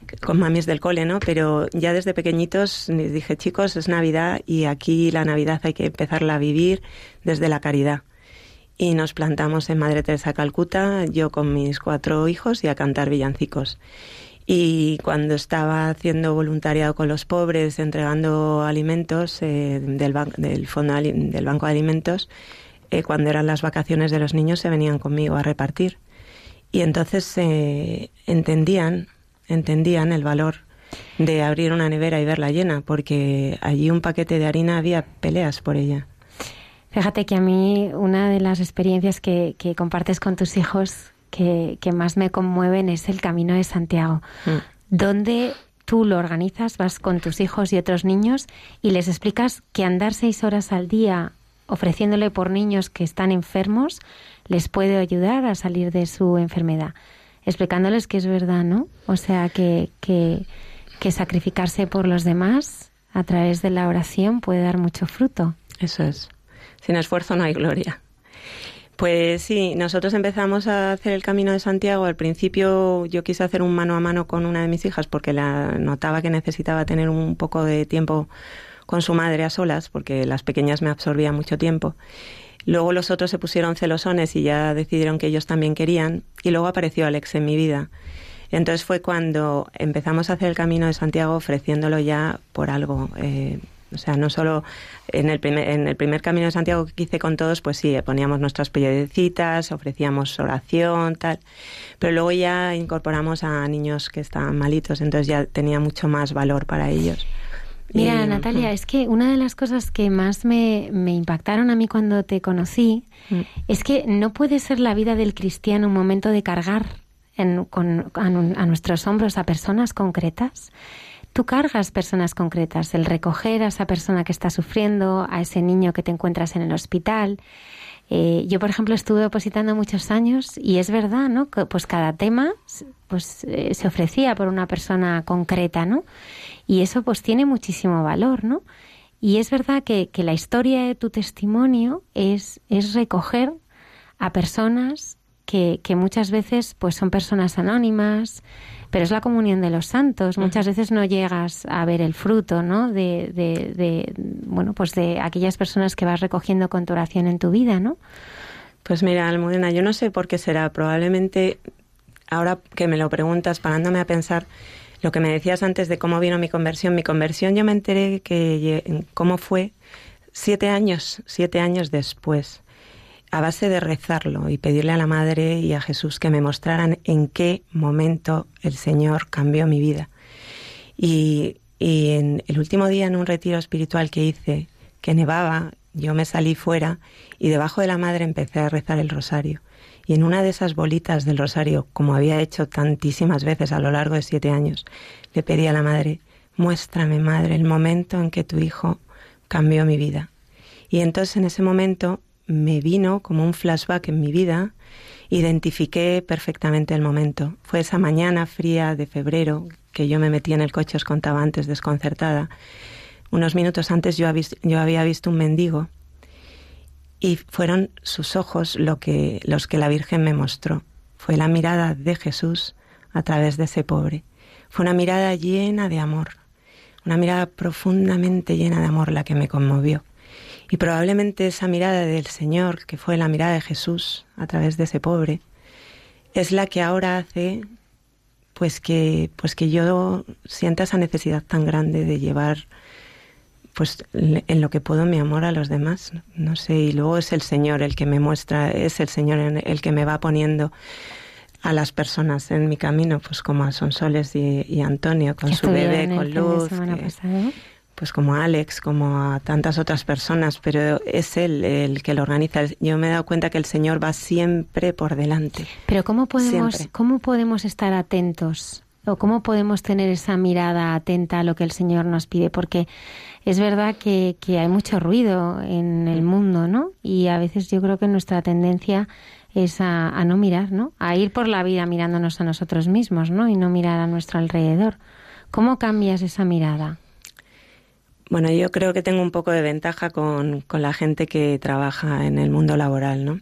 con mamis del cole, ¿no? Pero ya desde pequeñitos les dije, chicos, es Navidad y aquí la Navidad hay que empezarla a vivir desde la caridad. Y nos plantamos en Madre Teresa Calcuta, yo con mis 4 hijos, y a cantar villancicos. Y cuando estaba haciendo voluntariado con los pobres, entregando alimentos del Banco de Alimentos, cuando eran las vacaciones de los niños se venían conmigo a repartir. Y entonces entendían el valor de abrir una nevera y verla llena, porque allí un paquete de harina había peleas por ella. Fíjate que a mí una de las experiencias que compartes con tus hijos que más me conmueven es el Camino de Santiago, donde tú lo organizas, vas con tus hijos y otros niños y les explicas que andar 6 horas al día ofreciéndole por niños que están enfermos les puede ayudar a salir de su enfermedad, explicándoles que es verdad, ¿no? O sea, que sacrificarse por los demás a través de la oración puede dar mucho fruto. Eso es. Sin esfuerzo no hay gloria. Pues sí, nosotros empezamos a hacer el Camino de Santiago. Al principio yo quise hacer un mano a mano con una de mis hijas porque notaba que necesitaba tener un poco de tiempo con su madre a solas, porque las pequeñas me absorbían mucho tiempo. Luego los otros se pusieron celosones y ya decidieron que ellos también querían. Y luego apareció Alex en mi vida. Entonces fue cuando empezamos a hacer el Camino de Santiago ofreciéndolo ya por algo. O sea, no solo en el primer Camino de Santiago que hice con todos, pues sí, poníamos nuestras piedecitas, ofrecíamos oración, tal. Pero luego ya incorporamos a niños que estaban malitos, entonces ya tenía mucho más valor para ellos. Mira, Natalia, es que una de las cosas que más me impactaron a mí cuando te conocí es que no puede ser la vida del cristiano un momento de cargar a nuestros hombros a personas concretas. Tú cargas personas concretas, el recoger a esa persona que está sufriendo, a ese niño que te encuentras en el hospital. Yo, por ejemplo, estuve opositando muchos años y es verdad, ¿no? Que pues cada tema se ofrecía por una persona concreta, ¿no? Y eso pues tiene muchísimo valor, ¿no? Y es verdad que la historia de tu testimonio es recoger a personas que muchas veces pues son personas anónimas, pero es la comunión de los santos. Muchas veces no llegas a ver el fruto, ¿no? Bueno, pues de aquellas personas que vas recogiendo con tu oración en tu vida, ¿no? Pues mira, Almudena, yo no sé por qué será. Probablemente, ahora que me lo preguntas, parándome a pensar lo que me decías antes de cómo vino mi conversión. Mi conversión yo me enteré cómo fue 7 años después, a base de rezarlo y pedirle a la Madre y a Jesús que me mostraran en qué momento el Señor cambió mi vida. Y en el último día, en un retiro espiritual que hice, que nevaba, yo me salí fuera y debajo de la Madre empecé a rezar el rosario. Y en una de esas bolitas del rosario, como había hecho tantísimas veces a lo largo de 7 años, le pedí a la Madre, muéstrame, Madre, el momento en que tu Hijo cambió mi vida. Y entonces en ese momento me vino como un flashback en mi vida, identifiqué perfectamente el momento. Fue esa mañana fría de febrero que yo me metí en el coche, os contaba antes, desconcertada. Unos minutos antes yo había visto un mendigo y fueron sus ojos los que la Virgen me mostró. Fue la mirada de Jesús a través de ese pobre. Fue una mirada llena de amor, una mirada profundamente llena de amor la que me conmovió. Y probablemente esa mirada del Señor, que fue la mirada de Jesús a través de ese pobre, es la que ahora hace pues que yo sienta esa necesidad tan grande de llevar pues en lo que puedo mi amor a los demás. No sé, y luego es el Señor el que me muestra, es el Señor el que me va poniendo a las personas en mi camino, pues como a Sonsoles y Antonio, con su bebé, con Luz, pues como a Alex, como a tantas otras personas, pero es él el que lo organiza. Yo me he dado cuenta que el Señor va siempre por delante. Pero ¿cómo podemos estar atentos? ¿O cómo podemos tener esa mirada atenta a lo que el Señor nos pide? Porque es verdad que hay mucho ruido en el mundo, ¿no? Y a veces yo creo que nuestra tendencia es a no mirar, ¿no? A ir por la vida mirándonos a nosotros mismos, ¿no? Y no mirar a nuestro alrededor. ¿Cómo cambias esa mirada? Bueno, yo creo que tengo un poco de ventaja con la gente que trabaja en el mundo laboral, ¿no?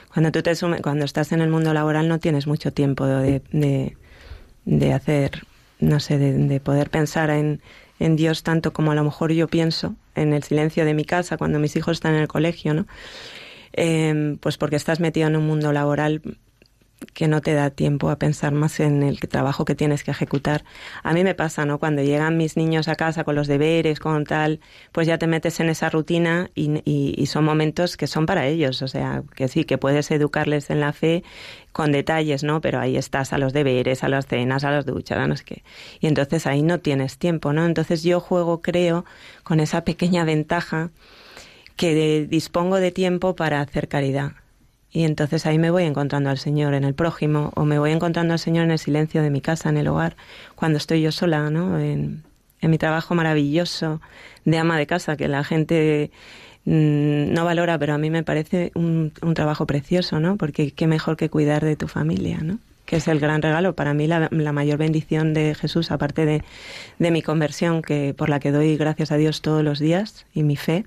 Cuando estás en el mundo laboral no tienes mucho tiempo de hacer no sé, de poder pensar en Dios tanto como a lo mejor yo pienso en el silencio de mi casa cuando mis hijos están en el colegio, ¿no? Pues porque estás metido en un mundo laboral que no te da tiempo a pensar más en el trabajo que tienes que ejecutar. A mí me pasa, ¿no? Cuando llegan mis niños a casa con los deberes, con tal, pues ya te metes en esa rutina y son momentos que son para ellos. O sea, que sí, que puedes educarles en la fe con detalles, ¿no? Pero ahí estás a los deberes, a las cenas, a las duchas, a no sé qué. Y entonces ahí no tienes tiempo, ¿no? Entonces yo juego, creo, con esa pequeña ventaja que dispongo de tiempo para hacer caridad. Y entonces ahí me voy encontrando al Señor en el prójimo, o me voy encontrando al Señor en el silencio de mi casa, en el hogar, cuando estoy yo sola, ¿no? En mi trabajo maravilloso de ama de casa, que la gente no valora, pero a mí me parece un trabajo precioso, ¿no? Porque qué mejor que cuidar de tu familia, ¿no? Que es el gran regalo. Para mí la mayor bendición de Jesús, aparte de mi conversión, que por la que doy gracias a Dios todos los días, y mi fe,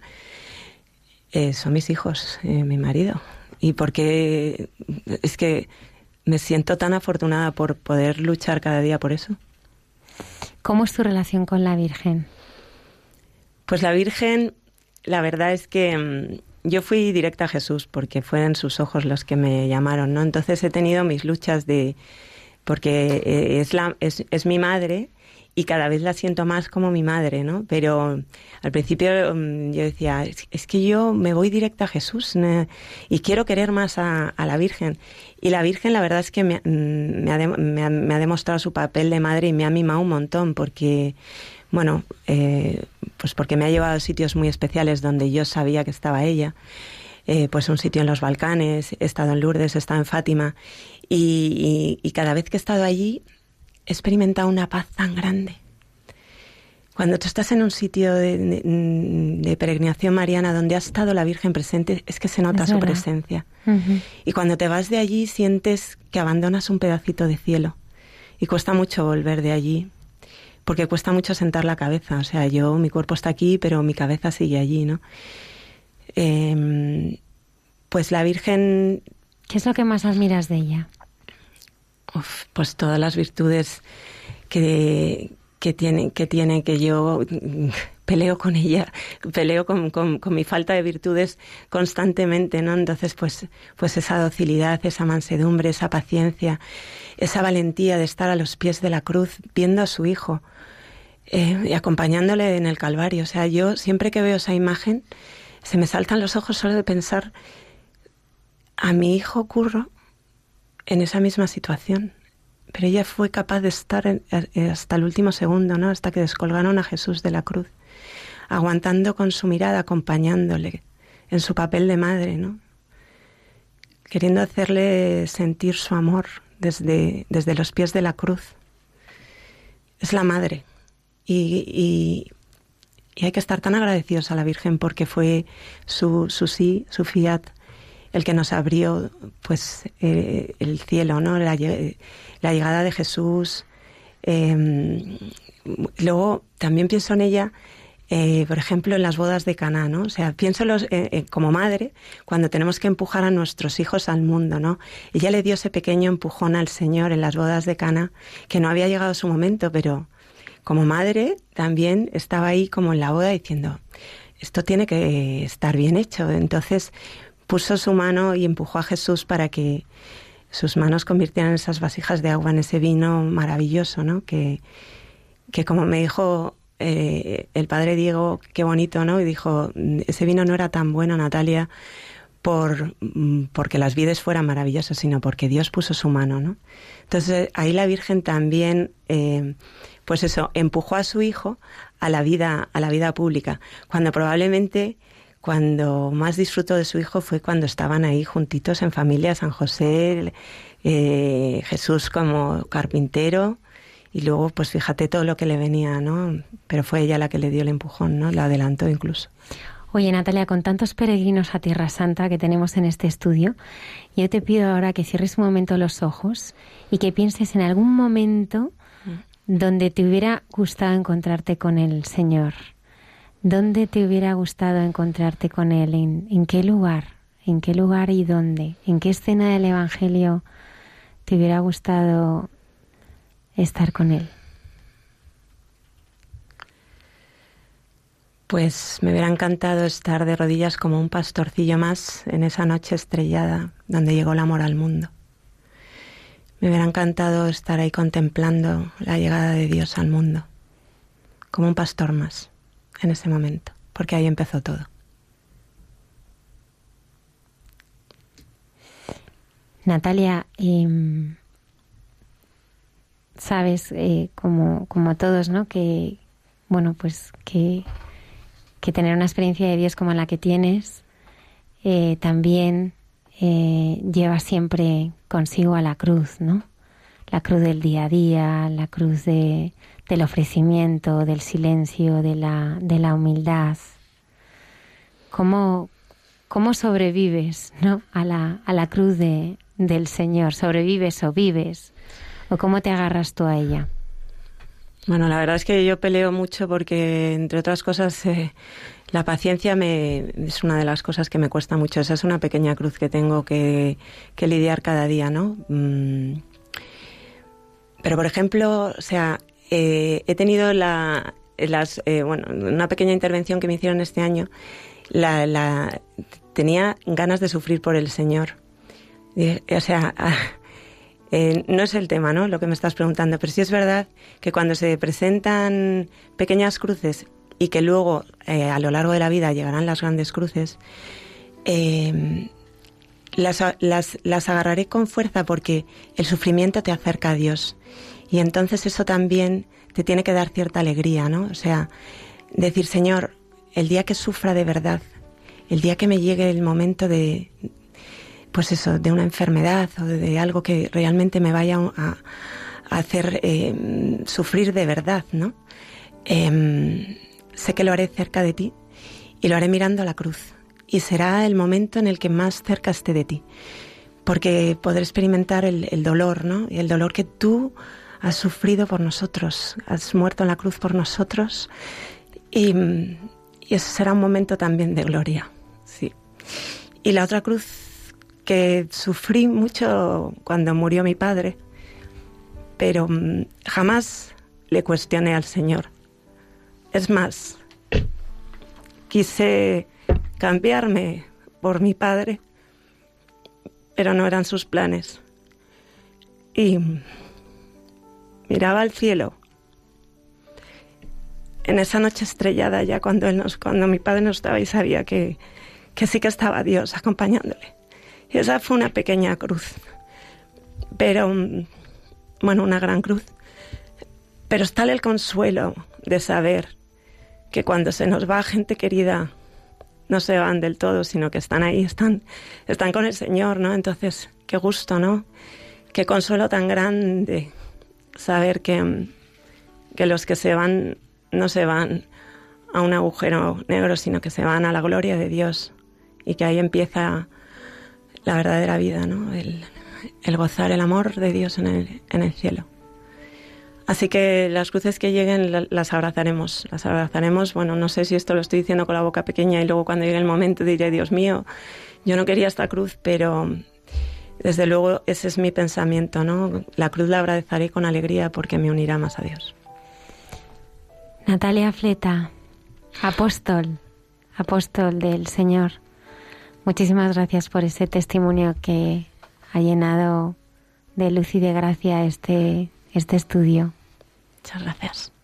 son mis hijos, mi marido. Y porque es que me siento tan afortunada por poder luchar cada día por eso. ¿Cómo es tu relación con la Virgen? Pues la Virgen, la verdad es que yo fui directa a Jesús porque fueron sus ojos los que me llamaron, ¿no? Entonces he tenido mis luchas porque es mi madre y cada vez la siento más como mi madre, ¿no? Pero al principio yo decía, es que yo me voy directa a Jesús y quiero querer más a la Virgen. Y la Virgen, la verdad es que me ha demostrado su papel de madre y me ha mimado un montón porque, bueno, pues porque me ha llevado a sitios muy especiales donde yo sabía que estaba ella. Pues un sitio en los Balcanes, he estado en Lourdes, he estado en Fátima y cada vez que he estado allí he experimentado una paz tan grande. Cuando tú estás en un sitio de peregrinación mariana donde ha estado la Virgen presente, es que se nota su presencia. Uh-huh. Y cuando te vas de allí sientes que abandonas un pedacito de cielo. Y cuesta mucho volver de allí, porque cuesta mucho sentar la cabeza. O sea, mi cuerpo está aquí, pero mi cabeza sigue allí, ¿no? Pues la Virgen... ¿Qué es lo que más admiras de ella? Pues todas las virtudes que tiene, que yo peleo con ella, peleo con mi falta de virtudes constantemente, ¿no? Entonces, pues esa docilidad, esa mansedumbre, esa paciencia, esa valentía de estar a los pies de la cruz, viendo a su hijo y acompañándole en el Calvario. O sea, yo siempre que veo esa imagen, se me saltan los ojos solo de pensar a mi hijo Curro en esa misma situación, pero ella fue capaz de estar hasta el último segundo, ¿no? Hasta que descolgaron a Jesús de la cruz, aguantando con su mirada, acompañándole en su papel de madre, ¿no? Queriendo hacerle sentir su amor desde los pies de la cruz. Es la madre y hay que estar tan agradecidos a la Virgen porque fue su sí, su fiat, el que nos abrió pues el cielo, ¿no? La llegada de Jesús. Luego también pienso en ella, por ejemplo, en las bodas de Caná, ¿no? O sea, pienso como madre cuando tenemos que empujar a nuestros hijos al mundo, ¿no? Ella le dio ese pequeño empujón al Señor en las bodas de Caná, que no había llegado su momento, pero como madre también estaba ahí como en la boda diciendo, esto tiene que estar bien hecho. Entonces puso su mano y empujó a Jesús para que sus manos convirtieran esas vasijas de agua en ese vino maravilloso, ¿no? Que como me dijo el padre Diego, qué bonito, ¿no? Y dijo, ese vino no era tan bueno, Natalia, porque las vides fueran maravillosas, sino porque Dios puso su mano, ¿no? Entonces ahí la Virgen también, pues eso, empujó a su hijo a la vida pública, cuando probablemente cuando más disfrutó de su hijo fue cuando estaban ahí juntitos en familia, San José, Jesús como carpintero, y luego pues fíjate todo lo que le venía, ¿no? Pero fue ella la que le dio el empujón, ¿no? La adelantó incluso. Oye, Natalia, con tantos peregrinos a Tierra Santa que tenemos en este estudio, yo te pido ahora que cierres un momento los ojos y que pienses en algún momento donde te hubiera gustado encontrarte con el Señor. ¿Dónde te hubiera gustado encontrarte con Él? ¿En qué lugar? ¿En qué lugar y dónde? ¿En qué escena del Evangelio te hubiera gustado estar con Él? Pues me hubiera encantado estar de rodillas como un pastorcillo más en esa noche estrellada donde llegó el amor al mundo. Me hubiera encantado estar ahí contemplando la llegada de Dios al mundo, como un pastor más en ese momento, porque ahí empezó todo. Natalia, sabes, como todos, ¿no? Que, bueno, pues que tener una experiencia de Dios como la que tienes también lleva siempre consigo a la cruz, ¿no? La cruz del día a día, la cruz del ofrecimiento, del silencio, de la humildad. ¿Cómo sobrevives, ¿no? a la cruz del Señor? ¿Sobrevives o vives? ¿O cómo te agarras tú a ella? Bueno, la verdad es que yo peleo mucho porque, entre otras cosas, la paciencia es una de las cosas que me cuesta mucho. Esa es una pequeña cruz que tengo que lidiar cada día, ¿no? Pero, por ejemplo, o sea, he tenido una pequeña intervención que me hicieron este año. Tenía ganas de sufrir por el Señor. O sea... no es el tema, ¿no?, lo que me estás preguntando, pero sí es verdad que cuando se presentan pequeñas cruces y que luego a lo largo de la vida llegarán las grandes cruces, las agarraré con fuerza porque el sufrimiento te acerca a Dios y entonces eso también te tiene que dar cierta alegría, ¿no? O sea, decir, Señor, el día que sufra de verdad, el día que me llegue el momento de una enfermedad o de algo que realmente me vaya a hacer sufrir de verdad, ¿no? Sé que lo haré cerca de ti y lo haré mirando a la cruz. Y será el momento en el que más cerca esté de ti. Porque podré experimentar el dolor, ¿no? Y el dolor que tú has sufrido por nosotros. Has muerto en la cruz por nosotros. Y eso será un momento también de gloria, sí. Y la otra cruz que sufrí mucho cuando murió mi padre, pero jamás le cuestioné al Señor. Es más, quise cambiarme por mi padre, pero no eran sus planes. Y miraba al cielo en esa noche estrellada, ya cuando mi padre no estaba, y sabía que sí que estaba Dios acompañándole. Y esa fue una pequeña cruz, pero, una gran cruz. Pero está el consuelo de saber que cuando se nos va gente querida, no se van del todo, sino que están ahí, están con el Señor, ¿no? Entonces, qué gusto, ¿no? Qué consuelo tan grande saber que los que se van no se van a un agujero negro, sino que se van a la gloria de Dios y que ahí empieza la verdadera vida, ¿no? El gozar el amor de Dios en el cielo. Así que las cruces que lleguen las abrazaremos. Bueno, no sé si esto lo estoy diciendo con la boca pequeña y luego cuando llegue el momento diré, Dios mío, yo no quería esta cruz, pero desde luego ese es mi pensamiento, ¿no? La cruz la abrazaré con alegría porque me unirá más a Dios. Natalia Fleta, apóstol del Señor. Muchísimas gracias por ese testimonio que ha llenado de luz y de gracia este estudio. Muchas gracias.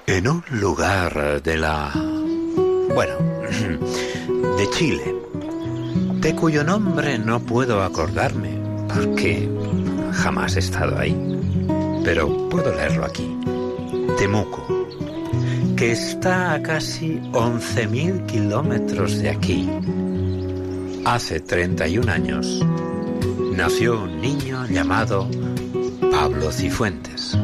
En un lugar de Chile, de cuyo nombre no puedo acordarme, porque jamás he estado ahí, pero puedo leerlo aquí. Temuco, que está a casi 11.000 kilómetros de aquí. Hace 31 años nació un niño llamado Pablo Cifuentes.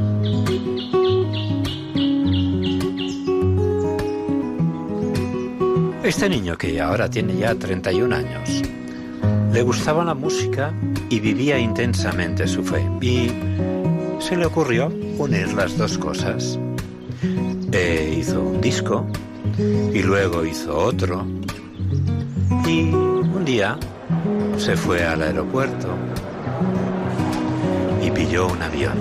Este niño, que ahora tiene ya 31 años, le gustaba la música y vivía intensamente su fe. Y se le ocurrió unir las dos cosas. Hizo un disco y luego hizo otro. Y un día se fue al aeropuerto y pilló un avión.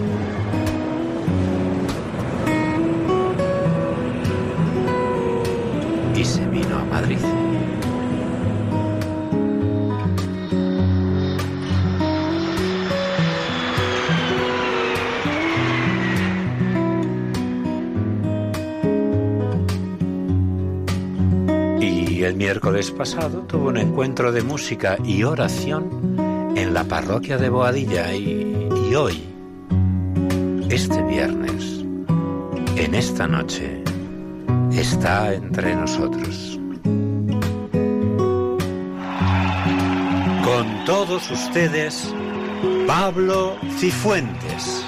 Y se vino a Madrid. Y el miércoles pasado tuvo un encuentro de música y oración en la parroquia de Boadilla y hoy, este viernes, en esta noche, está entre nosotros. Con todos ustedes, Pablo Cifuentes.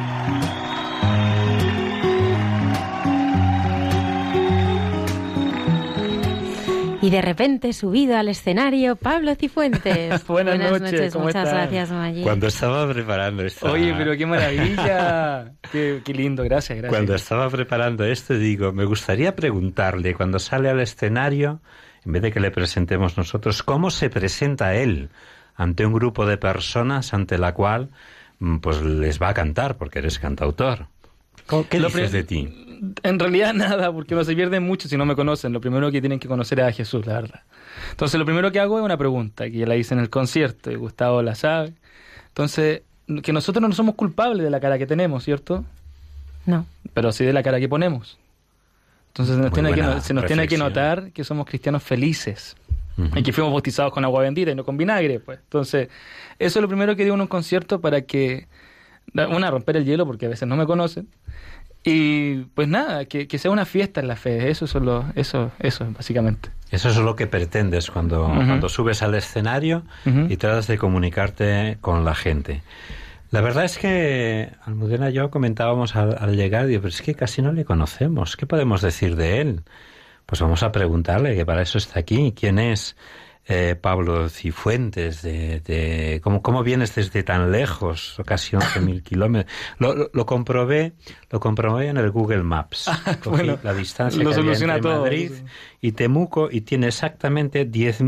Y de repente subido al escenario, Pablo Cifuentes. Buenas noches, ¿cómo muchas estás? Gracias, Maggi. Cuando estaba preparando esto. Oye, pero qué maravilla. qué lindo, gracias. Cuando estaba preparando esto, digo, me gustaría preguntarle, cuando sale al escenario, en vez de que le presentemos nosotros, ¿cómo se presenta él ante un grupo de personas ante la cual pues les va a cantar, porque eres cantautor? ¿Qué dices de ti? En realidad nada, porque no se pierden mucho si no me conocen. Lo primero que tienen que conocer es a Jesús, la verdad. Entonces lo primero que hago es una pregunta, que ya la hice en el concierto, y Gustavo la sabe. Entonces, que nosotros no somos culpables de la cara que tenemos, ¿cierto? No. Pero sí de la cara que ponemos. Entonces se nos tiene que notar que somos cristianos felices. Y que fuimos bautizados con agua bendita y no con vinagre, pues. Entonces, eso es lo primero que digo en un concierto para que... romper el hielo, porque a veces no me conocen. Y pues nada, que sea una fiesta en la fe. Eso básicamente. Eso es lo que pretendes cuando subes al escenario y tratas de comunicarte con la gente. La verdad es que Almudena y yo comentábamos al llegar, digo, pero es que casi no le conocemos. ¿Qué podemos decir de él? Pues vamos a preguntarle, que para eso está aquí. ¿Quién es Pablo Cifuentes? ¿Cómo vienes desde tan lejos? Casi 11.000 kilómetros. Lo comprobé en el Google Maps. Cogí la distancia que había entre Madrid y Temuco y tiene exactamente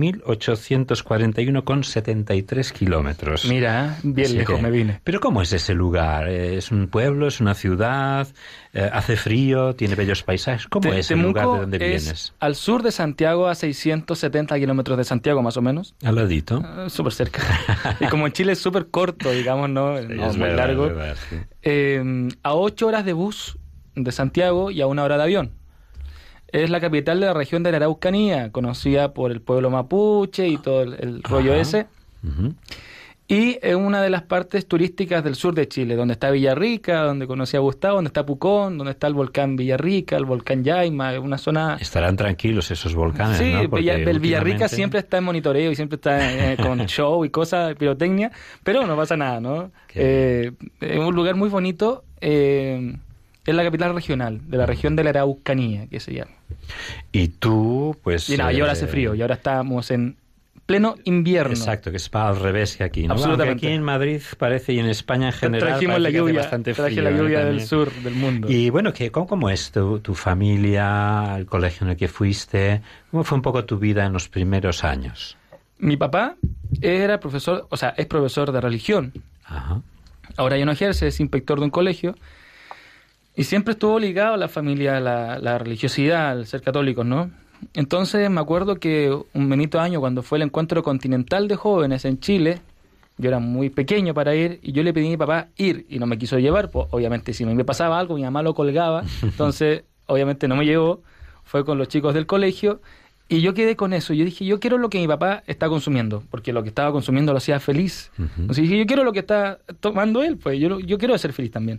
10.841,73 kilómetros. Mira, bien Así lejos me vine. ¿Pero cómo es ese lugar? ¿Es un pueblo? ¿Es una ciudad? ¿Hace frío? ¿Tiene bellos paisajes? ¿Cómo es el lugar de donde vienes? Al sur de Santiago, a 670 kilómetros de Santiago, más o menos. Al ladito. Súper cerca. Y como en Chile es súper corto, digamos, no es muy verdad, largo. Es verdad, sí. A 8 horas de bus de Santiago y a 1 hora de avión. Es la capital de la región de la Araucanía, conocida por el pueblo mapuche y todo el rollo ese. Y es una de las partes turísticas del sur de Chile, donde está Villarrica, donde conocí a Gustavo, donde está Pucón, donde está el volcán Villarrica, el volcán Yaima, una zona... Estarán tranquilos esos volcanes, sí, ¿no? Porque el Villarrica siempre está en monitoreo y siempre está con show y cosas, pirotecnia, pero no pasa nada, ¿no? Es un lugar muy bonito, es la capital regional, de la región de la Araucanía, que se llama. Y tú, pues... Y ahora hace frío, y ahora estamos en pleno invierno. Exacto, que es al revés que aquí, ¿no? Absolutamente. Aunque aquí en Madrid parece, y en España en general, trajimos la lluvia, bastante frío, traje la lluvia del también. sur del mundo. Y bueno, ¿cómo es tu familia, el colegio en el que fuiste? ¿Cómo fue un poco tu vida en los primeros años? Mi papá era profesor, es profesor de religión. Ajá. Ahora ya no ejerce, es inspector de un colegio. Y siempre estuvo ligado a la familia, a la religiosidad, al ser católicos, ¿no? Entonces me acuerdo que un benito año, cuando fue el encuentro continental de jóvenes en Chile, yo era muy pequeño para ir, y yo le pedí a mi papá ir, y no me quiso llevar, pues obviamente si me pasaba algo, mi mamá lo colgaba, entonces obviamente no me llevó, fue con los chicos del colegio, y yo quedé con eso. Yo dije, yo quiero lo que mi papá está consumiendo, porque lo que estaba consumiendo lo hacía feliz. Entonces dije, yo quiero lo que está tomando él, pues yo quiero ser feliz también.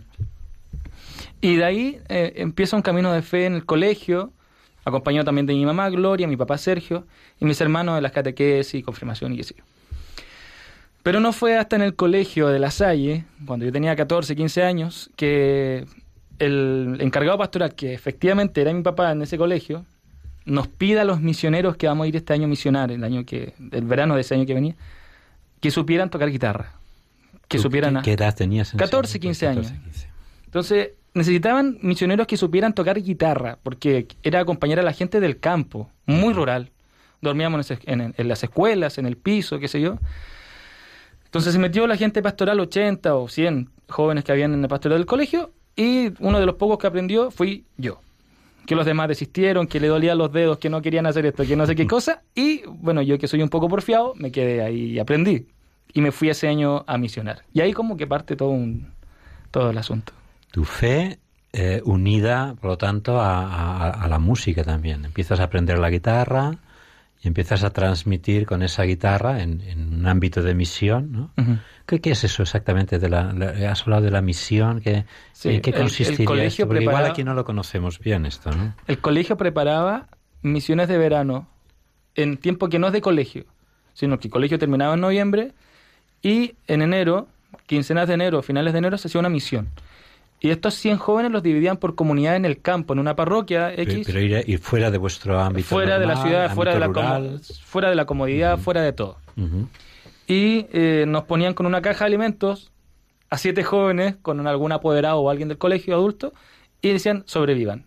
Y de ahí empieza un camino de fe en el colegio, acompañado también de mi mamá Gloria, mi papá Sergio, y mis hermanos de las catequesis, confirmación y qué sé yo. Pero no fue hasta en el colegio de La Salle, cuando yo tenía 14, 15 años, que el encargado pastoral, que efectivamente era mi papá en ese colegio, nos pide a los misioneros que vamos a ir este año a misionar, el verano de ese año que venía, que supieran tocar guitarra. Que supieran... ¿Qué edad tenías? 14, 15 años. 15. Entonces, necesitaban misioneros que supieran tocar guitarra, porque era acompañar a la gente del campo, muy rural. Dormíamos en las escuelas, en el piso, qué sé yo. Entonces se metió la gente pastoral, 80 o 100 jóvenes que habían en la pastoral del colegio, y uno de los pocos que aprendió fui yo. Que los demás desistieron, que le dolían los dedos, que no querían hacer esto, que no sé qué cosa. Y bueno, yo que soy un poco porfiado, me quedé ahí y aprendí. Y me fui ese año a misionar. Y ahí como que parte todo el asunto. Tu fe unida, por lo tanto, a la música también. Empiezas a aprender la guitarra y empiezas a transmitir con esa guitarra en un ámbito de misión, ¿no? Uh-huh. ¿Qué es eso exactamente? Has hablado de la misión, ¿qué consistiría el colegio esto? Porque igual aquí no lo conocemos bien esto, ¿no? El colegio preparaba misiones de verano en tiempo que no es de colegio, sino que el colegio terminaba en noviembre y en enero, quincenas de enero, finales de enero, se hacía una misión. Y estos 100 jóvenes los dividían por comunidad en el campo, en una parroquia X. Pero ir fuera de vuestro ámbito fuera normal, de la ciudad, fuera de la comodidad, fuera de todo. Uh-huh. Y nos ponían con una caja de alimentos a 7 jóvenes, con algún apoderado o alguien del colegio adulto, y decían, sobrevivan.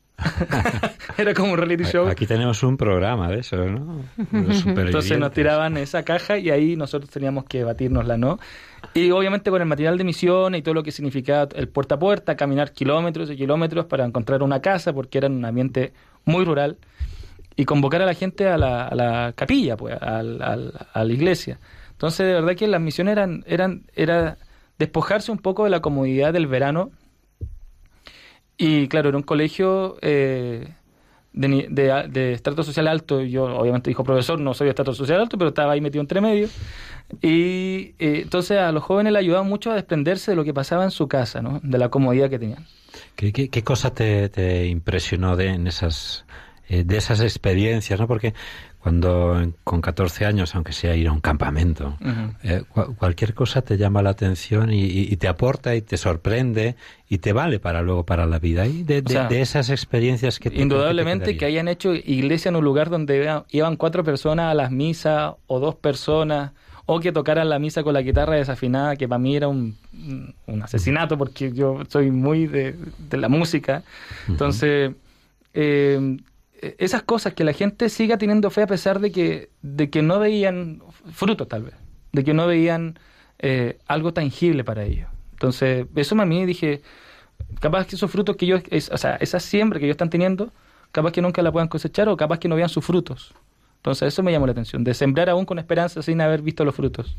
Era como un reality show. Aquí tenemos un programa de eso, ¿no? Entonces nos tiraban esa caja y ahí nosotros teníamos que batírnosla, ¿no? Y obviamente con el material de misión y todo lo que significaba el puerta a puerta, caminar kilómetros y kilómetros para encontrar una casa, porque era un ambiente muy rural, y convocar a la gente a la capilla, pues, a la iglesia. Entonces, de verdad que las misiones era despojarse un poco de la comodidad del verano. Y claro, era un colegio de estrato social alto. Yo, obviamente, dijo profesor, no soy de estrato social alto, pero estaba ahí metido entre medio. Y entonces a los jóvenes les ayudaba mucho a desprenderse de lo que pasaba en su casa, ¿no? De la comodidad que tenían. ¿Qué cosa te impresionó de esas experiencias, ¿no? Porque cuando con 14 años, aunque sea ir a un campamento, uh-huh, cualquier cosa te llama la atención y te aporta y te sorprende y te vale para luego para la vida. Y de esas experiencias que indudablemente que hayan hecho iglesia en un lugar donde iban 4 personas a las misas o 2 personas, o que tocaran la misa con la guitarra desafinada, que para mí era un asesinato, porque yo soy muy de la música. Entonces, esas cosas, que la gente siga teniendo fe a pesar de que no veían frutos, tal vez, de que no veían algo tangible para ellos. Entonces, eso a mí dije, capaz que esos frutos que esa siembra que ellos están teniendo, capaz que nunca la puedan cosechar, o capaz que no vean sus frutos. Entonces, eso me llamó la atención, de sembrar aún con esperanza sin haber visto los frutos.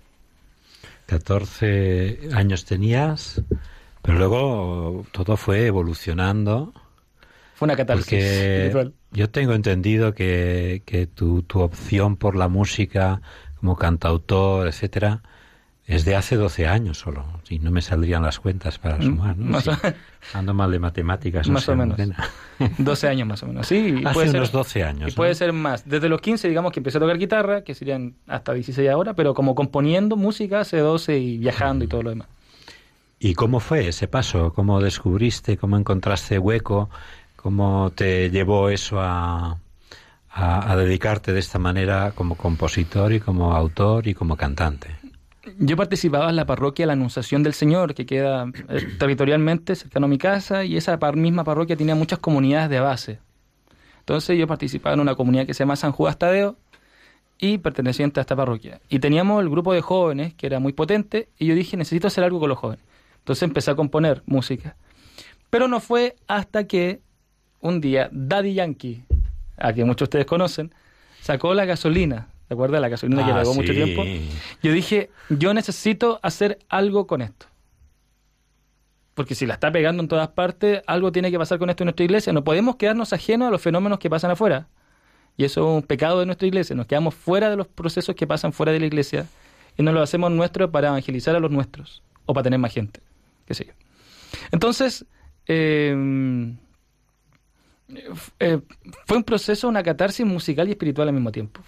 14 años tenías, pero luego todo fue evolucionando. Fue una catarsis espiritual. Yo tengo entendido que tu opción por la música como cantautor, etcétera, es de hace 12 años solo. Si no me saldrían las cuentas para sumar, ¿no? Ando mal de matemáticas. Más o menos. 12 años más o menos, sí. Hace unos 12 años. Y puede ser más. Desde los 15, digamos, que empecé a tocar guitarra, que serían hasta 16 ahora, pero como componiendo música hace 12 y viajando y todo lo demás. ¿Y cómo fue ese paso? ¿Cómo descubriste? ¿Cómo encontraste hueco? ¿Cómo te llevó eso a dedicarte de esta manera como compositor y como autor y como cantante? Yo participaba en la parroquia La Anunciación del Señor, que queda territorialmente cercano a mi casa, y esa misma parroquia tenía muchas comunidades de base. Entonces yo participaba en una comunidad que se llama San Judas Tadeo y perteneciente a esta parroquia. Y teníamos el grupo de jóvenes, que era muy potente, y yo dije, necesito hacer algo con los jóvenes. Entonces empecé a componer música. Pero no fue hasta que un día Daddy Yankee, a quien muchos de ustedes conocen, sacó La Gasolina. ¿Te acuerdas? La gasolina que llevó mucho tiempo. Yo dije, yo necesito hacer algo con esto. porque si la está pegando en todas partes, algo tiene que pasar con esto en nuestra iglesia. No podemos quedarnos ajenos a los fenómenos que pasan afuera. Y eso es un pecado de nuestra iglesia. Nos quedamos fuera de los procesos que pasan fuera de la iglesia y no lo hacemos nuestro para evangelizar a los nuestros o para tener más gente, qué sé yo. Entonces, fue un proceso, una catarsis musical y espiritual al mismo tiempo.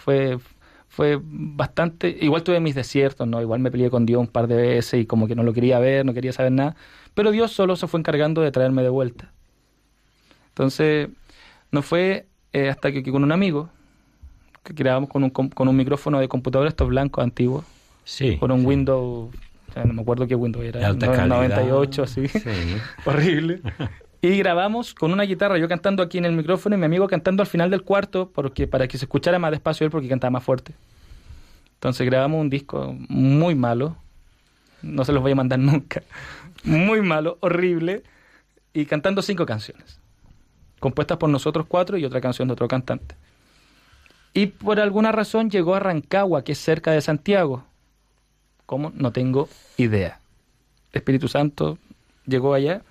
Fue bastante... Igual tuve mis desiertos, ¿no? Igual me peleé con Dios un par de veces y como que no lo quería ver, no quería saber nada. Pero Dios solo se fue encargando de traerme de vuelta. Entonces, no fue hasta que con un amigo, que grabamos con un micrófono de computadora, estos blancos antiguos, sí, con un sí. Windows, no me acuerdo qué Windows era, alta calidad. 98, así, Sí. horrible. Y grabamos con una guitarra, yo cantando aquí en el micrófono y mi amigo cantando al final del cuarto, para que se escuchara más despacio él, porque cantaba más fuerte. Entonces grabamos un disco muy malo, no se los voy a mandar nunca, muy malo, horrible, y cantando 5 canciones, compuestas por nosotros 4 y otra canción de otro cantante. Y por alguna razón llegó a Rancagua, que es cerca de Santiago. ¿Cómo? No tengo idea. El Espíritu Santo llegó allá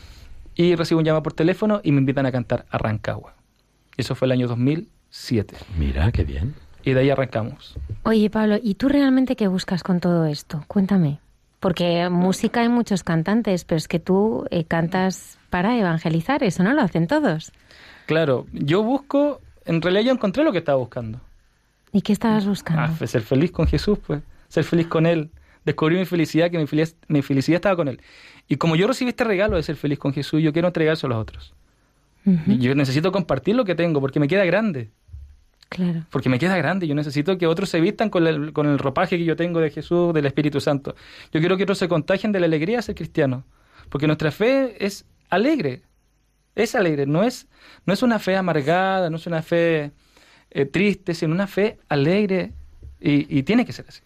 y recibo un llamado por teléfono y me invitan a cantar a Rancagua. Eso fue el año 2007. Mira, qué bien. Y de ahí arrancamos. Oye, Pablo, ¿y tú realmente qué buscas con todo esto? Cuéntame. Porque música hay muchos cantantes, pero es que tú cantas para evangelizar, eso no lo hacen todos. Claro, yo busco... En realidad yo encontré lo que estaba buscando. ¿Y qué estabas buscando? Pues ser feliz con Jesús, pues. Ser feliz con Él. Descubrí mi felicidad, que mi felicidad estaba con Él. Y como yo recibí este regalo de ser feliz con Jesús, yo quiero entregárselo a los otros. Y yo necesito compartir lo que tengo, porque me queda grande. Claro. Porque me queda grande. Yo necesito que otros se vistan con el ropaje que yo tengo de Jesús, del Espíritu Santo. Yo quiero que otros se contagien de la alegría de ser cristiano. Porque nuestra fe es alegre. Es alegre, no es una fe amargada, no es una fe triste, sino una fe alegre y tiene que ser así.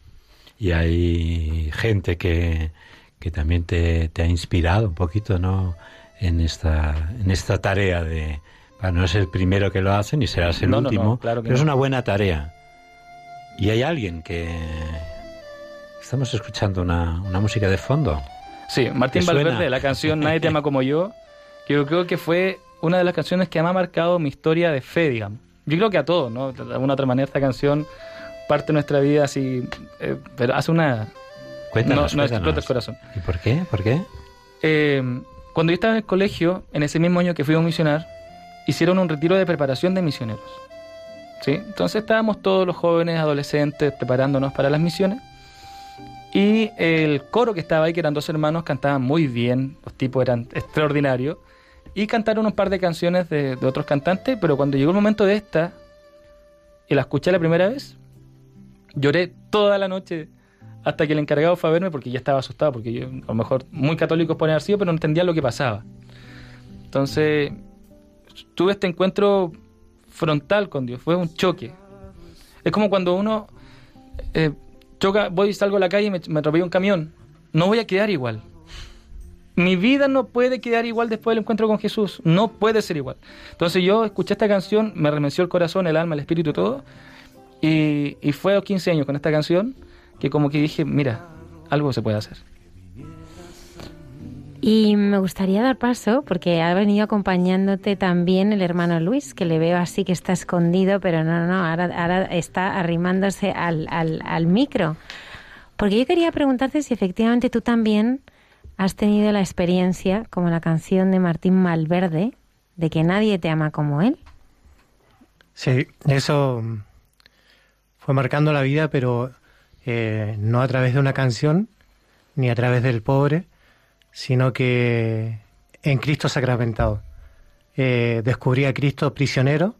Y hay gente que también te ha inspirado un poquito, ¿no? En esta tarea de... no es el primero que lo hace ni serás el último, no, claro que pero es no. una buena tarea. Y hay alguien que... Estamos escuchando una música de fondo. Sí, Martín Valverde, la canción Nadie te ama como yo, que yo creo que fue una de las canciones que me ha marcado mi historia de fe, digamos. Yo creo que a todos, ¿no? De alguna otra manera esta canción parte de nuestra vida así, pero hace una... Cuéntanos, no explota el corazón. ¿Y por qué? ¿Por qué? Cuando yo estaba en el colegio, en ese mismo año que fui a un misionar, hicieron un retiro de preparación de misioneros. ¿Sí? Entonces estábamos todos los jóvenes, adolescentes, preparándonos para las misiones. Y el coro que estaba ahí, que eran 2 hermanos, cantaban muy bien, los tipos eran extraordinarios, y cantaron un par de canciones de otros cantantes, pero cuando llegó el momento de esta, y la escuché la primera vez, lloré toda la noche hasta que el encargado fue a verme, porque ya estaba asustado, porque yo, a lo mejor muy católicos pueden haber sido, pero no entendía lo que pasaba. Entonces, tuve este encuentro frontal con Dios, fue un choque. Es como cuando uno... voy y salgo a la calle y me atropella un camión. No voy a quedar igual. Mi vida no puede quedar igual después del encuentro con Jesús. No puede ser igual. Entonces yo escuché esta canción, me remeció el corazón, el alma, el espíritu, todo. Y fue a los 15 años con esta canción que como que dije, mira, algo se puede hacer. Y me gustaría dar paso, porque ha venido acompañándote también el hermano Luis, que le veo así que está escondido, pero no, ahora está arrimándose al micro. Porque yo quería preguntarte si efectivamente tú también has tenido la experiencia, como la canción de Martín Valverde, de que nadie te ama como él. Sí, eso fue marcando la vida, pero no a través de una canción, ni a través del pobre, sino que en Cristo sacramentado. Descubrí a Cristo prisionero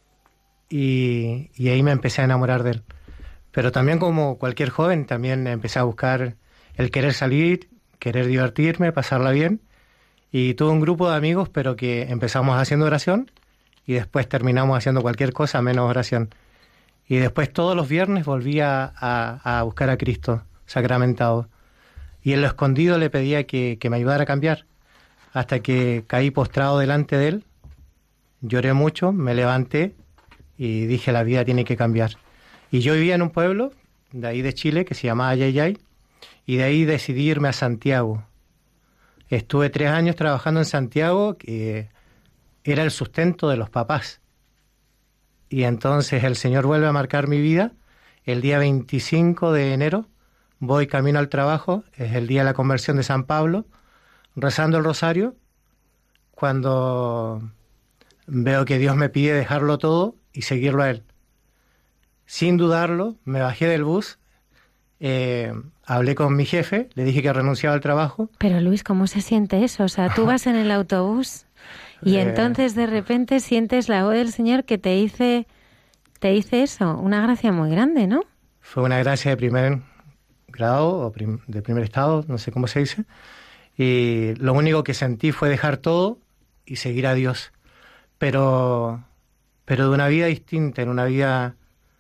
y ahí me empecé a enamorar de él. Pero también, como cualquier joven, también empecé a buscar el querer salir, querer divertirme, pasarla bien. Y tuve un grupo de amigos, pero que empezamos haciendo oración y después terminamos haciendo cualquier cosa menos oración. Y después todos los viernes volví a buscar a Cristo sacramentado. Y en lo escondido le pedía que me ayudara a cambiar, hasta que caí postrado delante de él, lloré mucho, me levanté y dije, la vida tiene que cambiar. Y yo vivía en un pueblo de ahí de Chile que se llamaba Yayay, y de ahí decidí irme a Santiago. Estuve 3 años trabajando en Santiago, que era el sustento de los papás. Y entonces el Señor vuelve a marcar mi vida. El día 25 de enero voy camino al trabajo, es el día de la conversión de San Pablo, rezando el rosario, cuando veo que Dios me pide dejarlo todo y seguirlo a Él. Sin dudarlo, me bajé del bus, hablé con mi jefe, le dije que renunciaba al trabajo. Pero Luis, ¿cómo se siente eso? O sea, tú vas en el autobús y entonces de repente sientes la voz del Señor que te dice eso, una gracia muy grande, ¿no? Fue una gracia de primer grado o de primer estado, no sé cómo se dice, y lo único que sentí fue dejar todo y seguir a Dios, pero de una vida distinta, en una vida...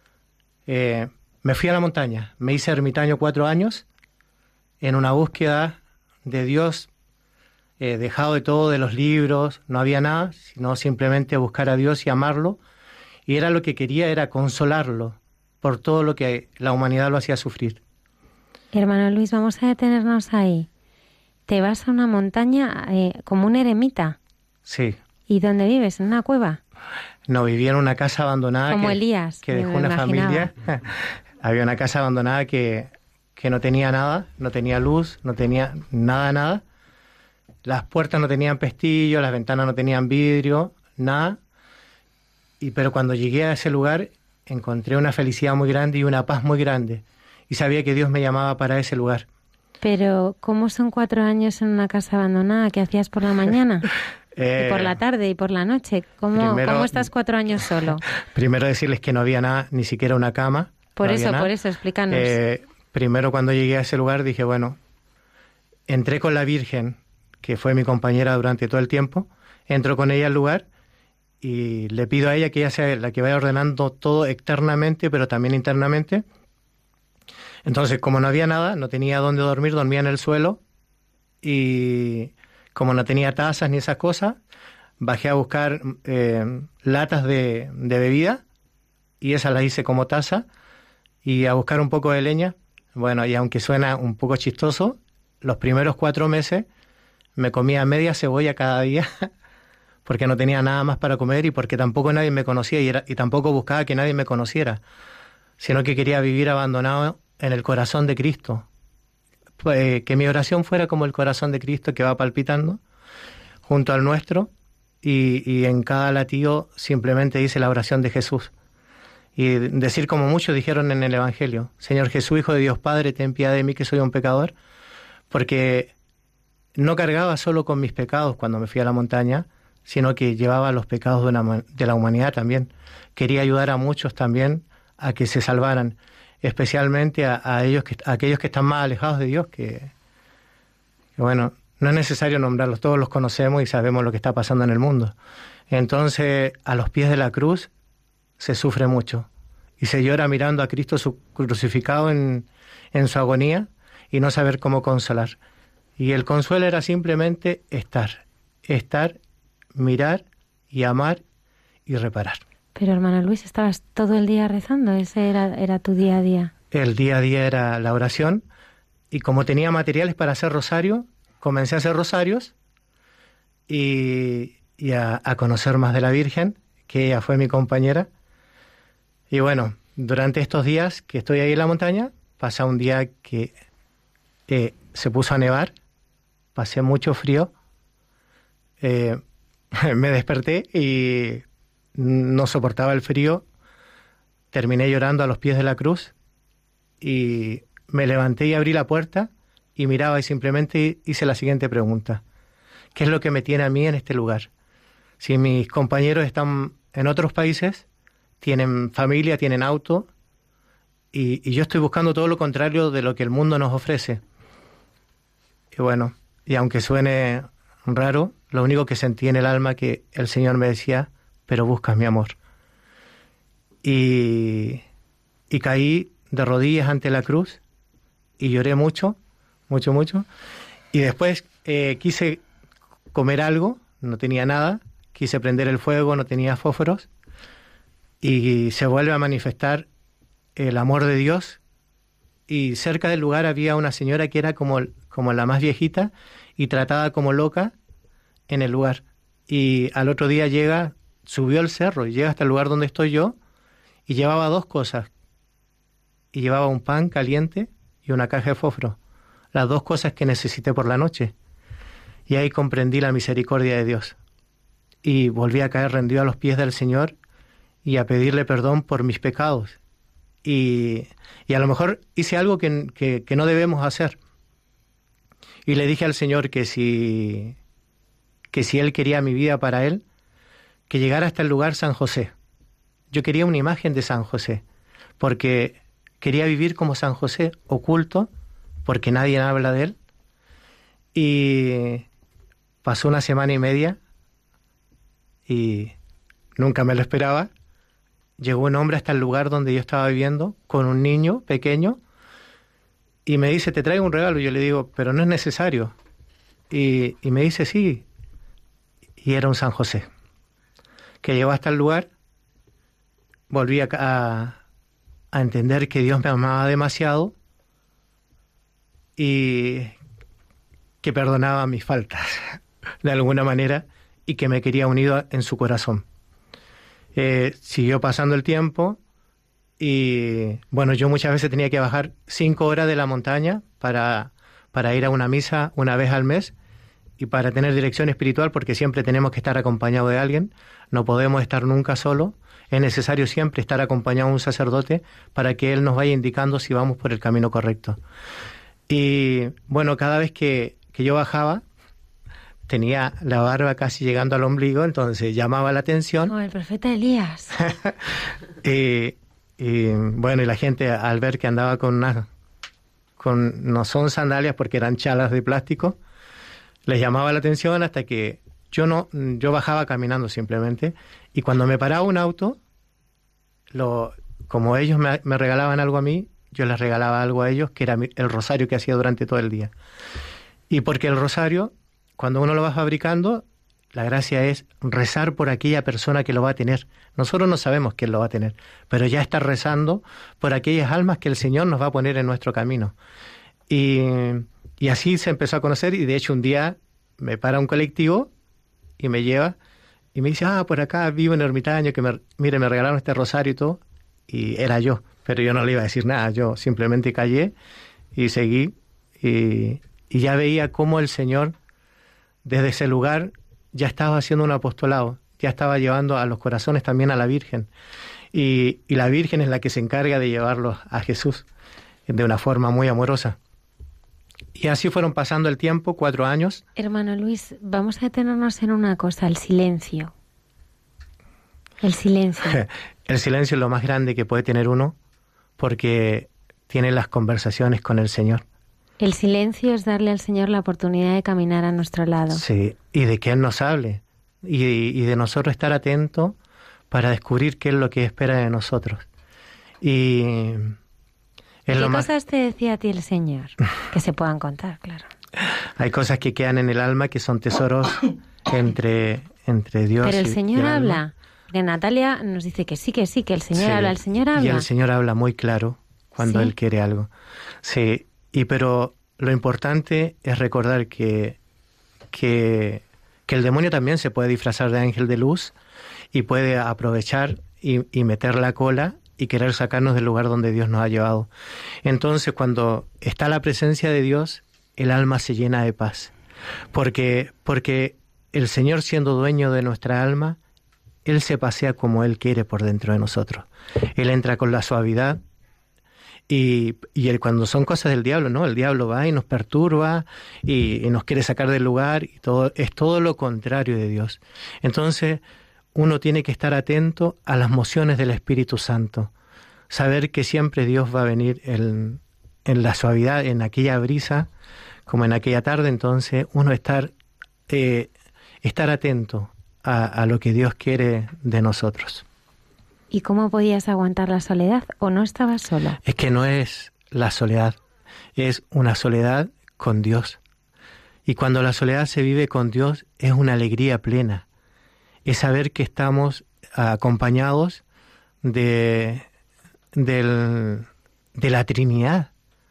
me fui a la montaña, me hice ermitaño 4 años en una búsqueda de Dios, dejado de todo, de los libros, no había nada, sino simplemente buscar a Dios y amarlo, y era lo que quería, era consolarlo por todo lo que la humanidad lo hacía sufrir. Hermano Luis, vamos a detenernos ahí. ¿Te vas a una montaña como un eremita? Sí. ¿Y dónde vives? ¿En una cueva? No, vivía en una casa abandonada. Como Elías. Que dejó una familia. Había una casa abandonada que no tenía nada, no tenía luz, no tenía nada. Las puertas no tenían pestillo, las ventanas no tenían vidrio, nada. Pero cuando llegué a ese lugar encontré una felicidad muy grande y una paz muy grande. Y sabía que Dios me llamaba para ese lugar. Pero, ¿cómo son 4 años en una casa abandonada? ¿Qué hacías por la mañana? Y por la tarde y por la noche. ¿Cómo estás 4 años solo? Primero decirles que no había nada, ni siquiera una cama. Por eso, explícanos. Primero, cuando llegué a ese lugar, dije, bueno, entré con la Virgen, que fue mi compañera durante todo el tiempo, entro con ella al lugar y le pido a ella que ella sea la que vaya ordenando todo externamente, pero también internamente. Entonces, como no había nada, no tenía dónde dormir, dormía en el suelo, y como no tenía tazas ni esas cosas, bajé a buscar latas de bebida, y esas las hice como taza, y a buscar un poco de leña. Bueno, y aunque suena un poco chistoso, los primeros 4 meses me comía media cebolla cada día, porque no tenía nada más para comer y porque tampoco nadie me conocía, y tampoco buscaba que nadie me conociera, sino que quería vivir abandonado en el corazón de Cristo. Pues, que mi oración fuera como el corazón de Cristo, que va palpitando junto al nuestro, y en cada latido simplemente dice la oración de Jesús. Y decir como muchos dijeron en el Evangelio: Señor Jesús, Hijo de Dios Padre, ten piedad de mí que soy un pecador, porque no cargaba solo con mis pecados cuando me fui a la montaña, sino que llevaba los pecados de la humanidad también. Quería ayudar a muchos también a que se salvaran, especialmente a aquellos que están más alejados de Dios, que bueno, no es necesario nombrarlos, todos los conocemos y sabemos lo que está pasando en el mundo. Entonces, a los pies de la cruz se sufre mucho y se llora mirando a Cristo crucificado en su agonía y no saber cómo consolar. Y el consuelo era simplemente estar, mirar y amar y reparar. Pero hermano Luis, ¿estabas todo el día rezando? ¿Ese era tu día a día? El día a día era la oración, y como tenía materiales para hacer rosario, comencé a hacer rosarios y a conocer más de la Virgen, que ella fue mi compañera. Y bueno, durante estos días que estoy ahí en la montaña, pasa un día que se puso a nevar, pasé mucho frío, me desperté y no soportaba el frío, terminé llorando a los pies de la cruz y me levanté y abrí la puerta y miraba y simplemente hice la siguiente pregunta: ¿qué es lo que me tiene a mí en este lugar? Si mis compañeros están en otros países, tienen familia, tienen auto, y yo estoy buscando todo lo contrario de lo que el mundo nos ofrece. Y bueno, y aunque suene raro, lo único que sentí en el alma que el Señor me decía: pero buscas mi amor. Y caí de rodillas ante la cruz y lloré mucho. Y después quise comer algo, no tenía nada, quise prender el fuego, no tenía fósforos, y se vuelve a manifestar el amor de Dios y cerca del lugar había una señora que era como la más viejita y tratada como loca en el lugar. Y al otro día subió al cerro y llega hasta el lugar donde estoy yo y llevaba 2 cosas. Y llevaba un pan caliente y una caja de fósforo. Las 2 cosas que necesité por la noche. Y ahí comprendí la misericordia de Dios. Y volví a caer rendido a los pies del Señor y a pedirle perdón por mis pecados. Y a lo mejor hice algo que no debemos hacer. Y le dije al Señor que si Él quería mi vida para Él, que llegara hasta el lugar San José. Yo quería una imagen de San José, porque quería vivir como San José, oculto, porque nadie habla de él. Y pasó 1 semana y media y nunca me lo esperaba. Llegó un hombre hasta el lugar donde yo estaba viviendo con un niño pequeño y me dice, te traigo un regalo. Y yo le digo, pero no es necesario. Y me dice, sí. Y era un San José, que llegó hasta el lugar. Volví a entender que Dios me amaba demasiado y que perdonaba mis faltas de alguna manera y que me quería unido en su corazón. Siguió pasando el tiempo y bueno, yo muchas veces tenía que bajar 5 horas de la montaña para ir a una misa una vez al mes y para tener dirección espiritual, porque siempre tenemos que estar acompañados de alguien, no podemos estar nunca solos. Es necesario siempre estar acompañado de un sacerdote para que él nos vaya indicando si vamos por el camino correcto. Y bueno, cada vez que yo bajaba, tenía la barba casi llegando al ombligo, entonces llamaba la atención. Como el profeta Elías. y bueno, y la gente al ver que andaba no son sandalias porque eran chalas de plástico, les llamaba la atención hasta que yo bajaba caminando simplemente, y cuando me paraba un auto, como ellos me regalaban algo a mí, yo les regalaba algo a ellos, que era el rosario que hacía durante todo el día. Y porque el rosario, cuando uno lo va fabricando, la gracia es rezar por aquella persona que lo va a tener. Nosotros no sabemos quién lo va a tener, pero ya está rezando por aquellas almas que el Señor nos va a poner en nuestro camino. Y así se empezó a conocer, y de hecho un día me para un colectivo y me lleva y me dice, por acá vivo en Ermitaño, que me regalaron este rosario y todo. Y era yo, pero yo no le iba a decir nada, yo simplemente callé y seguí. Y ya veía cómo el Señor, desde ese lugar, ya estaba haciendo un apostolado, ya estaba llevando a los corazones también a la Virgen. Y la Virgen es la que se encarga de llevarlos a Jesús de una forma muy amorosa. Y así fueron pasando el tiempo, 4 años. Hermano Luis, vamos a detenernos en una cosa, el silencio. El silencio. El silencio es lo más grande que puede tener uno, porque tiene las conversaciones con el Señor. El silencio es darle al Señor la oportunidad de caminar a nuestro lado. Sí, y de que Él nos hable, y de nosotros estar atentos para descubrir qué es lo que espera de nosotros. Y ¿qué cosas te decía a ti el Señor? Que se puedan contar, claro. Hay cosas que quedan en el alma que son tesoros entre Dios y Pero el Señor y habla. De Natalia nos dice que sí, que el Señor habla. El Señor habla. Y el Señor habla muy claro cuando Él quiere algo. Sí, pero lo importante es recordar que el demonio también se puede disfrazar de ángel de luz y puede aprovechar y meter la cola y querer sacarnos del lugar donde Dios nos ha llevado. Entonces, cuando está la presencia de Dios, el alma se llena de paz. Porque el Señor, siendo dueño de nuestra alma, Él se pasea como Él quiere por dentro de nosotros. Él entra con la suavidad y cuando son cosas del diablo, ¿no? El diablo va y nos perturba y nos quiere sacar del lugar, y es todo lo contrario de Dios. Entonces, uno tiene que estar atento a las mociones del Espíritu Santo, saber que siempre Dios va a venir en la suavidad, en aquella brisa, como en aquella tarde. Entonces uno estar atento a lo que Dios quiere de nosotros. ¿Y cómo podías aguantar la soledad? ¿O no estabas solo? Es que no es la soledad, es una soledad con Dios. Y cuando la soledad se vive con Dios, es una alegría plena. Es saber que estamos acompañados de la Trinidad,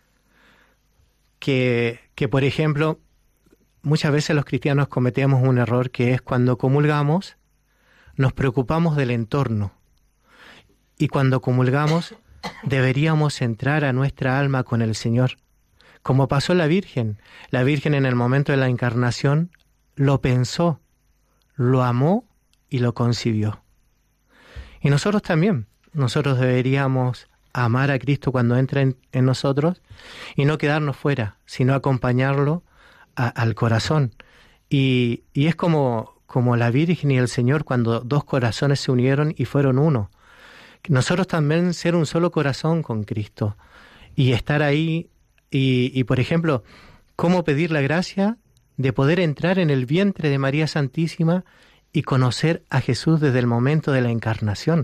que por ejemplo, muchas veces los cristianos cometemos un error, que es cuando comulgamos, nos preocupamos del entorno. Y cuando comulgamos, deberíamos entrar a nuestra alma con el Señor. Como pasó la Virgen. La Virgen en el momento de la encarnación lo pensó, lo amó y lo concibió. Y nosotros también. Nosotros deberíamos amar a Cristo cuando entra en nosotros y no quedarnos fuera, sino acompañarlo al corazón. Y es como la Virgen y el Señor, cuando dos corazones se unieron y fueron uno. Nosotros también ser un solo corazón con Cristo y estar ahí y por ejemplo, cómo pedir la gracia de poder entrar en el vientre de María Santísima y conocer a Jesús desde el momento de la encarnación.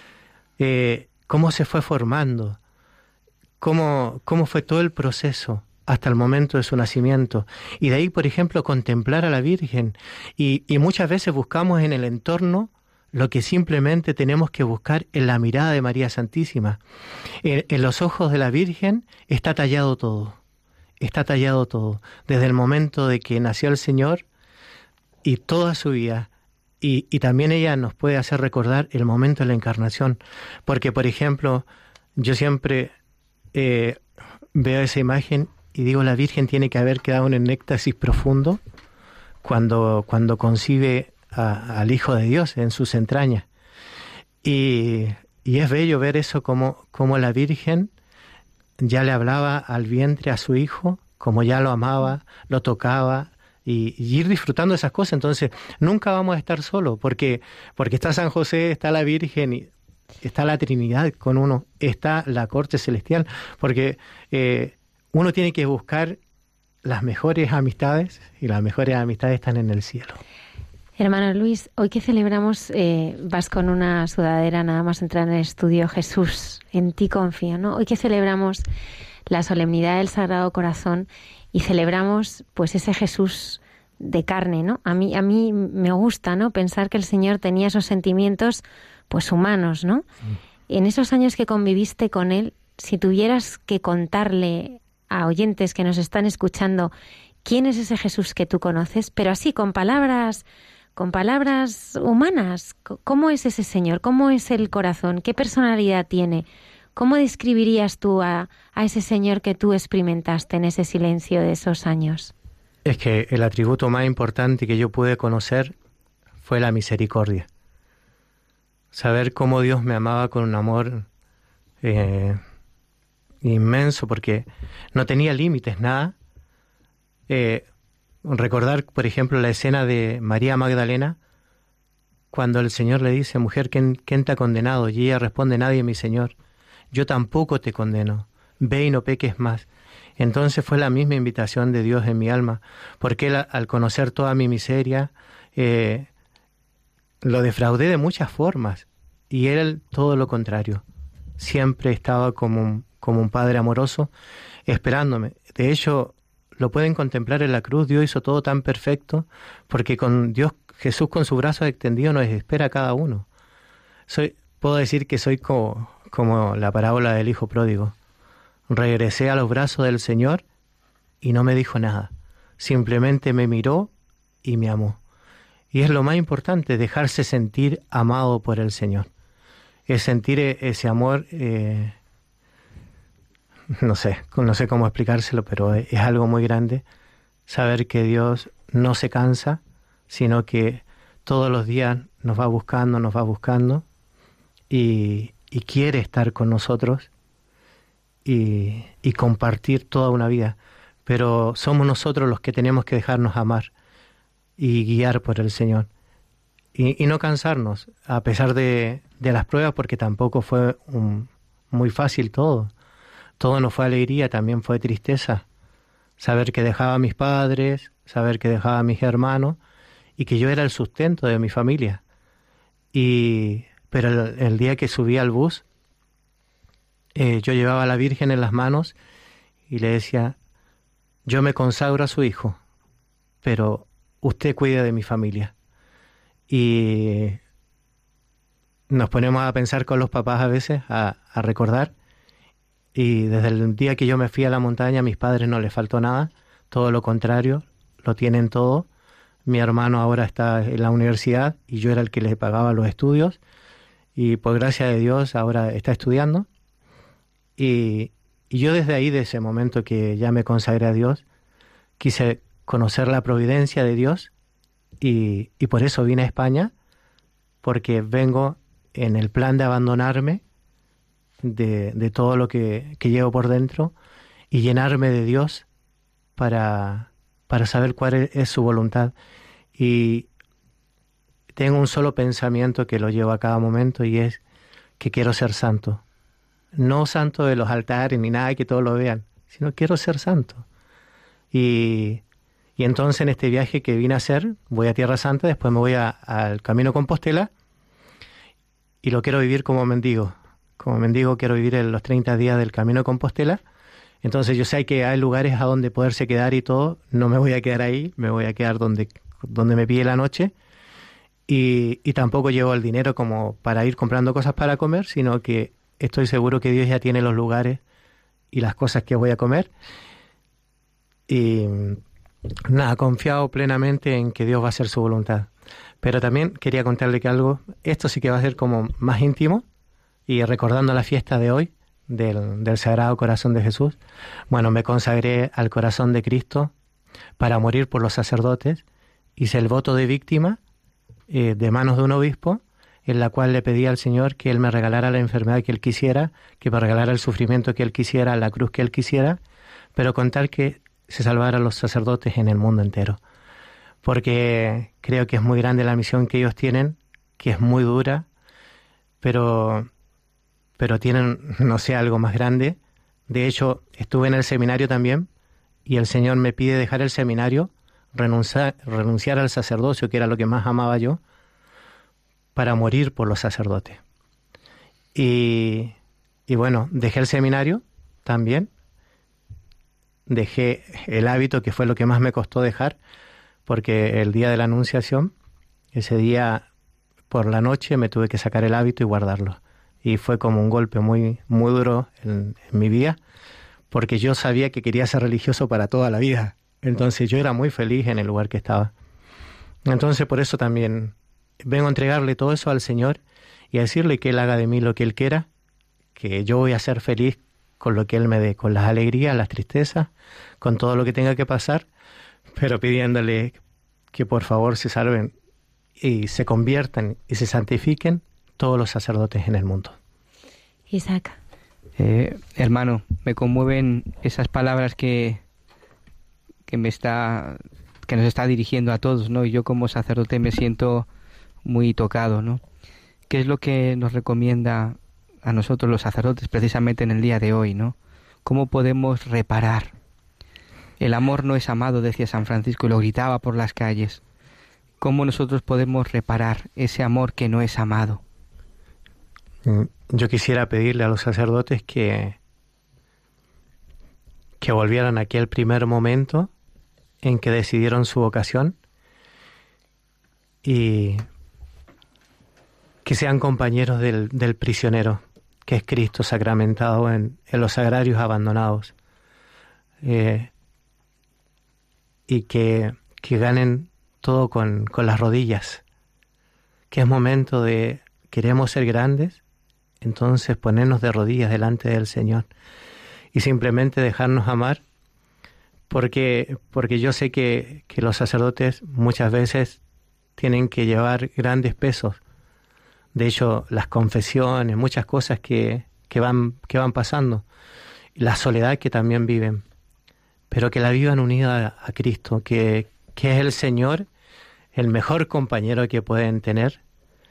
Cómo se fue formando, cómo fue todo el proceso hasta el momento de su nacimiento. Y de ahí, por ejemplo, contemplar a la Virgen. Y muchas veces buscamos en el entorno lo que simplemente tenemos que buscar en la mirada de María Santísima. En los ojos de la Virgen está tallado todo. Está tallado todo. Desde el momento de que nació el Señor y toda su vida. Y también ella nos puede hacer recordar el momento de la encarnación. Porque, por ejemplo, yo siempre veo esa imagen y digo, la Virgen tiene que haber quedado en un éxtasis profundo cuando concibe al Hijo de Dios en sus entrañas. Y es bello ver eso, como la Virgen ya le hablaba al vientre a su Hijo, como ya lo amaba, lo tocaba, y ir disfrutando esas cosas. Entonces nunca vamos a estar solos, porque está San José, está la Virgen, y está la Trinidad con uno, está la corte celestial, porque uno tiene que buscar las mejores amistades, y las mejores amistades están en el cielo. Hermano Luis, hoy que celebramos, vas con una sudadera nada más entrar en el estudio, Jesús, en ti confío, ¿no? Hoy que celebramos la solemnidad del Sagrado Corazón y celebramos pues ese Jesús de carne, ¿no? A mí me gusta, ¿no? Pensar que el Señor tenía esos sentimientos pues humanos, ¿no? En esos años que conviviste con Él, si tuvieras que contarle a oyentes que nos están escuchando quién es ese Jesús que tú conoces, pero así con palabras humanas, ¿cómo es ese Señor? ¿Cómo es el corazón? ¿Qué personalidad tiene? ¿Cómo describirías tú a ese Señor que tú experimentaste en ese silencio de esos años? Es que el atributo más importante que yo pude conocer fue la misericordia. Saber cómo Dios me amaba con un amor inmenso, porque no tenía límites, nada. Recordar, por ejemplo, la escena de María Magdalena, cuando el Señor le dice, mujer, ¿quién te ha condenado? Y ella responde, nadie, mi Señor. Yo tampoco te condeno. Ve y no peques más. Entonces fue la misma invitación de Dios en mi alma, porque Él, al conocer toda mi miseria, lo defraudé de muchas formas, y Él todo lo contrario. Siempre estaba como un Padre amoroso, esperándome. De hecho, lo pueden contemplar en la cruz. Dios hizo todo tan perfecto, porque con Dios, Jesús con su brazo extendido nos espera a cada uno. Puedo decir que soy como la parábola del hijo pródigo. Regresé a los brazos del Señor y no me dijo nada. Simplemente me miró y me amó. Y es lo más importante, dejarse sentir amado por el Señor. Es sentir ese amor, no sé cómo explicárselo, pero es algo muy grande. Saber que Dios no se cansa, sino que todos los días nos va buscando y quiere estar con nosotros y compartir toda una vida. Pero somos nosotros los que tenemos que dejarnos amar y guiar por el Señor. Y no cansarnos, a pesar de las pruebas, porque tampoco fue muy fácil todo. Todo no fue alegría, también fue tristeza. Saber que dejaba a mis padres, saber que dejaba a mis hermanos, y que yo era el sustento de mi familia. Pero el día que subí al bus, yo llevaba a la Virgen en las manos y le decía, yo me consagro a su hijo, pero usted cuida de mi familia. Y nos ponemos a pensar con los papás a veces, a recordar, Y desde el día que yo me fui a la montaña, a mis padres no les faltó nada, todo lo contrario, lo tienen todo. Mi hermano ahora está en la universidad y yo era el que les pagaba los estudios. Y por gracia de Dios ahora está estudiando. Y yo desde ahí, de ese momento que ya me consagré a Dios, quise conocer la providencia de Dios y por eso vine a España, porque vengo en el plan de abandonarme de todo lo que llevo por dentro y llenarme de Dios para saber cuál es su voluntad. Y tengo un solo pensamiento que lo llevo a cada momento y es que quiero ser santo. No santo de los altares ni nada que todos lo vean, sino quiero ser santo. Y entonces en este viaje que vine a hacer, voy a Tierra Santa, después me voy al Camino Compostela y lo quiero vivir como mendigo. Como mendigo quiero vivir los 30 días del Camino Compostela. Entonces yo sé que hay lugares a donde poderse quedar y todo. No me voy a quedar ahí, me voy a quedar donde me pille la noche. Y tampoco llevo el dinero como para ir comprando cosas para comer, sino que estoy seguro que Dios ya tiene los lugares y las cosas que voy a comer. Y nada, confiado plenamente en que Dios va a hacer su voluntad. Pero también quería contarle que algo, esto sí que va a ser como más íntimo, y recordando la fiesta de hoy del Sagrado Corazón de Jesús. Bueno, me consagré al corazón de Cristo para morir por los sacerdotes. Hice el voto de víctima de manos de un obispo, en la cual le pedí al Señor que Él me regalara la enfermedad que Él quisiera, que me regalara el sufrimiento que Él quisiera, la cruz que Él quisiera, pero con tal que se salvaran los sacerdotes en el mundo entero. Porque creo que es muy grande la misión que ellos tienen, que es muy dura, pero tienen, no sé, algo más grande. De hecho, estuve en el seminario también y el Señor me pide dejar el seminario, renunciar al sacerdocio, que era lo que más amaba yo, para morir por los sacerdotes. Y bueno, dejé el seminario también, dejé el hábito, que fue lo que más me costó dejar, porque el día de la Anunciación, ese día por la noche me tuve que sacar el hábito y guardarlo. Y fue como un golpe muy, muy duro en mi vida, porque yo sabía que quería ser religioso para toda la vida. Entonces yo era muy feliz en el lugar que estaba. Entonces por eso también vengo a entregarle todo eso al Señor y a decirle que Él haga de mí lo que Él quiera, que yo voy a ser feliz con lo que Él me dé, con las alegrías, las tristezas, con todo lo que tenga que pasar, pero pidiéndole que por favor se salven y se conviertan y se santifiquen todos los sacerdotes en el mundo. Isaac. Hermano, me conmueven esas palabras que nos está dirigiendo a todos, ¿no? Y yo como sacerdote me siento muy tocado, ¿no? ¿Qué es lo que nos recomienda a nosotros los sacerdotes precisamente en el día de hoy, ¿no? ¿Cómo podemos reparar? El amor no es amado, decía San Francisco, y lo gritaba por las calles. ¿Cómo nosotros podemos reparar ese amor que no es amado? Yo quisiera pedirle a los sacerdotes que volvieran a aquel primer momento en que decidieron su vocación y que sean compañeros del prisionero, que es Cristo sacramentado en los sagrarios abandonados, y que ganen todo con las rodillas, que es momento de, queremos ser grandes, entonces ponernos de rodillas delante del Señor y simplemente dejarnos amar, porque yo sé que los sacerdotes muchas veces tienen que llevar grandes pesos. De hecho, las confesiones, muchas cosas que van pasando, la soledad que también viven, pero que la vivan unida a Cristo, que es el Señor, el mejor compañero que pueden tener,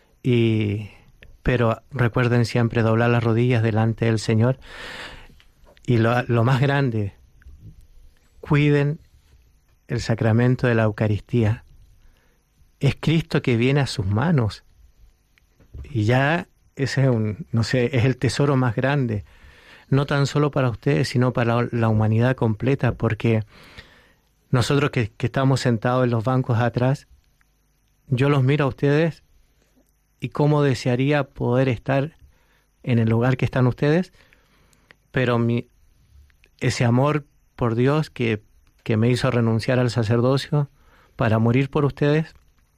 pero recuerden siempre doblar las rodillas delante del Señor. Y lo más grande, cuiden el sacramento de la Eucaristía. Es Cristo que viene a sus manos. Y ya ese es el tesoro más grande. No tan solo para ustedes, sino para la humanidad completa, porque nosotros que estamos sentados en los bancos atrás, yo los miro a ustedes y cómo desearía poder estar en el lugar que están ustedes, pero ese amor por Dios que me hizo renunciar al sacerdocio para morir por ustedes,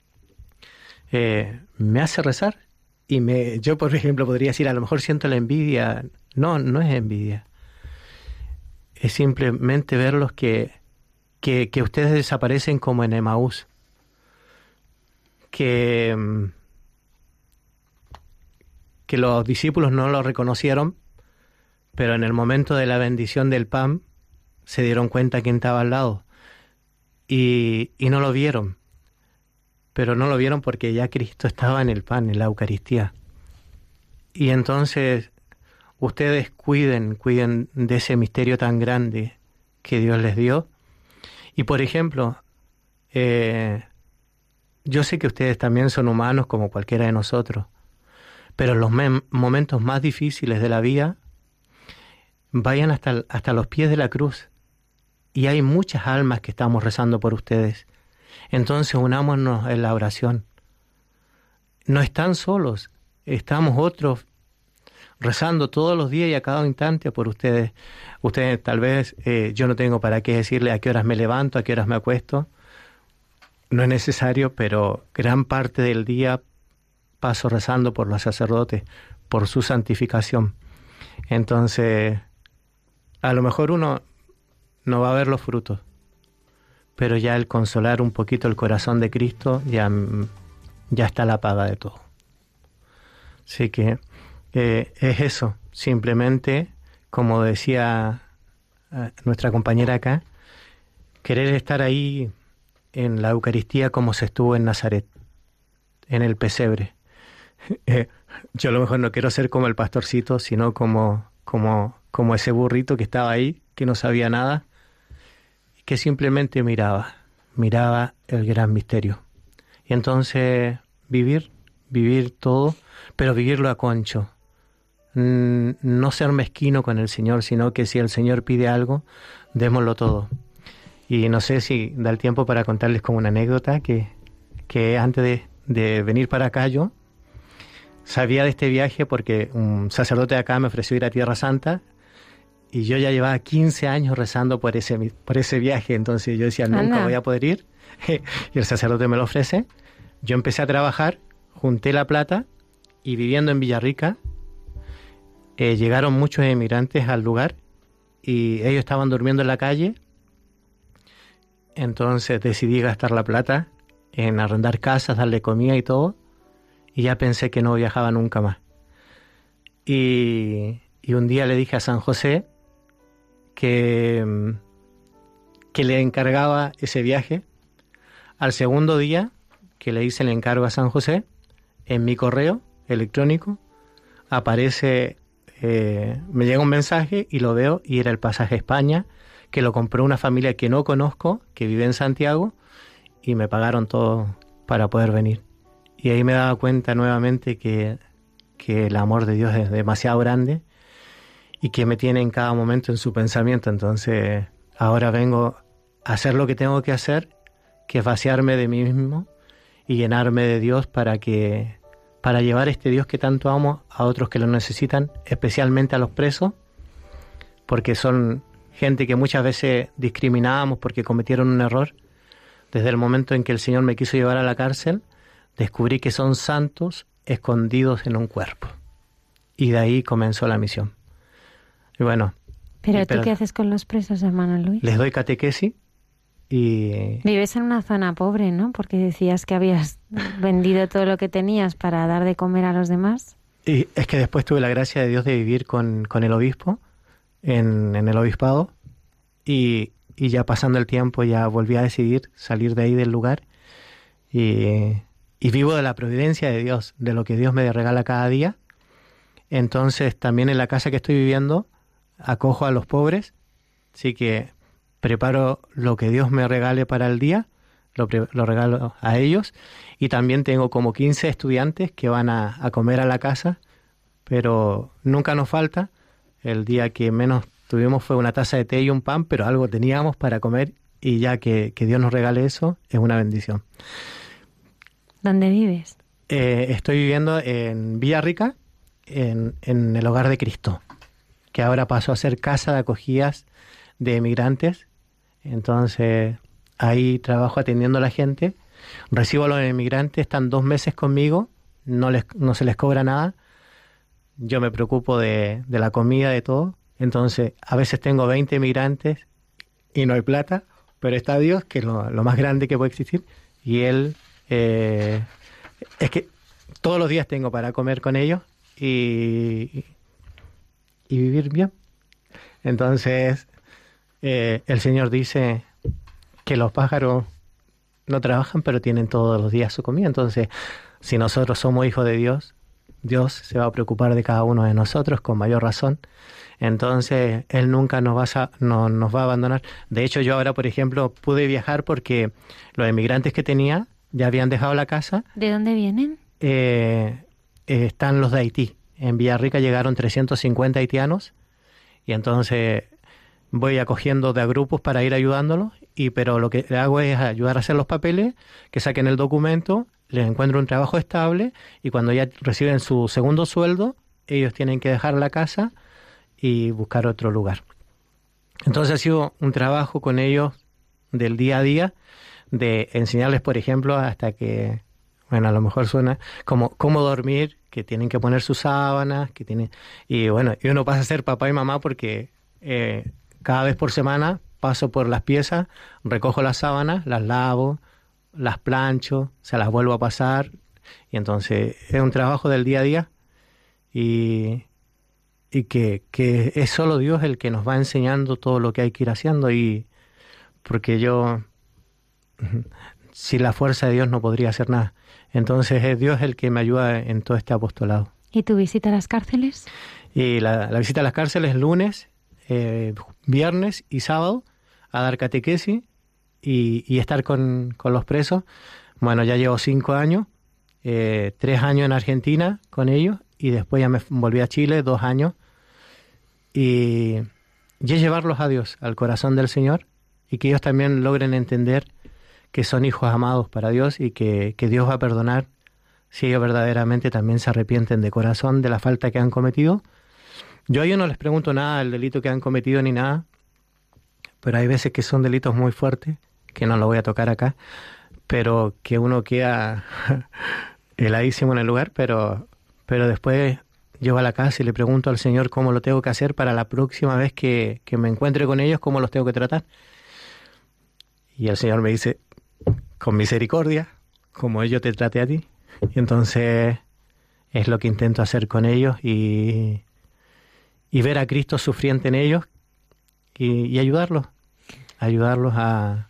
me hace rezar. Y yo, por ejemplo, podría decir, a lo mejor siento la envidia. No es envidia. Es simplemente verlos que ustedes desaparecen como en Emaús. Que los discípulos no lo reconocieron, pero en el momento de la bendición del pan se dieron cuenta quién estaba al lado y no lo vieron, pero no lo vieron porque ya Cristo estaba en el pan, en la Eucaristía. Y entonces ustedes cuiden de ese misterio tan grande que Dios les dio. Y por ejemplo, yo sé que ustedes también son humanos como cualquiera de nosotros, pero en los momentos más difíciles de la vida, vayan hasta los pies de la cruz. Y hay muchas almas que estamos rezando por ustedes. Entonces unámonos en la oración. No están solos, estamos otros rezando todos los días y a cada instante por ustedes. Ustedes tal vez, yo no tengo para qué decirle a qué horas me levanto, a qué horas me acuesto. No es necesario, pero gran parte del día paso rezando por los sacerdotes, por su santificación. Entonces, a lo mejor uno no va a ver los frutos, pero ya el consolar un poquito el corazón de Cristo, ya está la paga de todo. Así que es eso, simplemente, como decía nuestra compañera acá, querer estar ahí en la Eucaristía como se estuvo en Nazaret, en el pesebre. Yo a lo mejor no quiero ser como el pastorcito, sino como ese burrito que estaba ahí, que no sabía nada, y que simplemente miraba el gran misterio. Y entonces vivir todo, pero vivirlo a concho. No ser mezquino con el Señor, sino que si el Señor pide algo, démoslo todo. Y no sé si da el tiempo para contarles como una anécdota que antes de venir para acá yo sabía de este viaje porque un sacerdote de acá me ofreció ir a Tierra Santa y yo ya llevaba 15 años rezando por ese viaje. Entonces yo decía, nunca voy a poder ir. Y el sacerdote me lo ofrece. Yo empecé a trabajar, junté la plata y viviendo en Villarrica, llegaron muchos emigrantes al lugar y ellos estaban durmiendo en la calle. Entonces decidí gastar la plata en arrendar casas, darle comida y todo, y ya pensé que no viajaba nunca más. Y un día le dije a San José que le encargaba ese viaje. Al segundo día que le hice el encargo a San José, en mi correo electrónico aparece, me llega un mensaje y lo veo, y era el pasaje a España, que lo compró una familia que no conozco, que vive en Santiago, y me pagaron todo para poder venir. Y ahí me daba cuenta nuevamente que el amor de Dios es demasiado grande y que me tiene en cada momento en su pensamiento. Entonces ahora vengo a hacer lo que tengo que hacer, que es vaciarme de mí mismo y llenarme de Dios para llevar este Dios que tanto amo a otros que lo necesitan, especialmente a los presos, porque son gente que muchas veces discriminábamos porque cometieron un error. Desde el momento en que el Señor me quiso llevar a la cárcel, descubrí que son santos escondidos en un cuerpo. Y de ahí comenzó la misión. Y bueno. ¿Pero tú qué haces con los presos, hermano Luis? Les doy catequesis y... Vives en una zona pobre, ¿no? Porque decías que habías vendido todo lo que tenías para dar de comer a los demás. Y es que después tuve la gracia de Dios de vivir con el obispo en el obispado, y ya pasando el tiempo ya volví a decidir salir de ahí del lugar y vivo de la providencia de Dios, de lo que Dios me regala cada día. Entonces también en la casa que estoy viviendo acojo a los pobres, así que preparo lo que Dios me regale para el día, lo regalo a ellos, y también tengo como 15 estudiantes que van a comer a la casa, pero nunca nos falta. El día que menos tuvimos fue una taza de té y un pan, pero algo teníamos para comer, y ya que Dios nos regale eso, es una bendición. ¿Dónde vives? Estoy viviendo en Villarrica, en el Hogar de Cristo, que ahora pasó a ser casa de acogidas de emigrantes. Entonces ahí trabajo atendiendo a la gente, recibo a los emigrantes, están 2 meses conmigo, no se les cobra nada, yo me preocupo de la comida, de todo. Entonces a veces tengo 20 emigrantes y no hay plata, pero está Dios, que es lo más grande que puede existir, y Él es que todos los días tengo para comer con ellos y vivir bien. Entonces el Señor dice que los pájaros no trabajan, pero tienen todos los días su comida. Entonces, si nosotros somos hijos de Dios, Dios se va a preocupar de cada uno de nosotros con mayor razón. Entonces, Él nunca nos va a abandonar. De hecho, yo ahora, por ejemplo, pude viajar porque los emigrantes que tenía ya habían dejado la casa. ¿De dónde vienen? Están los de Haití. En Villarrica llegaron 350 haitianos y entonces voy acogiendo de a grupos para ir ayudándolos, pero lo que hago es ayudar a hacer los papeles, que saquen el documento, les encuentro un trabajo estable y cuando ya reciben su segundo sueldo, ellos tienen que dejar la casa y buscar otro lugar. Entonces ha sido un trabajo con ellos del día a día, de enseñarles, por ejemplo, hasta que, bueno, a lo mejor suena como cómo dormir, que tienen que poner sus sábanas, y bueno, y uno pasa a ser papá y mamá porque cada vez por semana paso por las piezas, recojo las sábanas, las lavo, las plancho, se las vuelvo a pasar, y entonces es un trabajo del día a día y que es solo Dios el que nos va enseñando todo lo que hay que ir haciendo, y porque yo sin la fuerza de Dios no podría hacer nada. Entonces es Dios el que me ayuda en todo este apostolado. ¿Y tu visita a las cárceles? Y la visita a las cárceles lunes, viernes y sábado, a dar catequesis y estar con los presos. Bueno, ya llevo 5 años, 3 años en Argentina con ellos, y después ya me volví a Chile, 2 años, y es llevarlos a Dios, al corazón del Señor, y que ellos también logren entender que son hijos amados para Dios y que Dios va a perdonar si ellos verdaderamente también se arrepienten de corazón de la falta que han cometido. Yo a ellos no les pregunto nada del delito que han cometido ni nada, pero hay veces que son delitos muy fuertes, que no lo voy a tocar acá, pero que uno queda heladísimo en el lugar, pero después llego a la casa y le pregunto al Señor cómo lo tengo que hacer para la próxima vez que me encuentre con ellos, cómo los tengo que tratar. Y el Señor me dice, con misericordia, como yo te traté a ti. Y entonces es lo que intento hacer con ellos y ver a Cristo sufriente en ellos y ayudarlos a,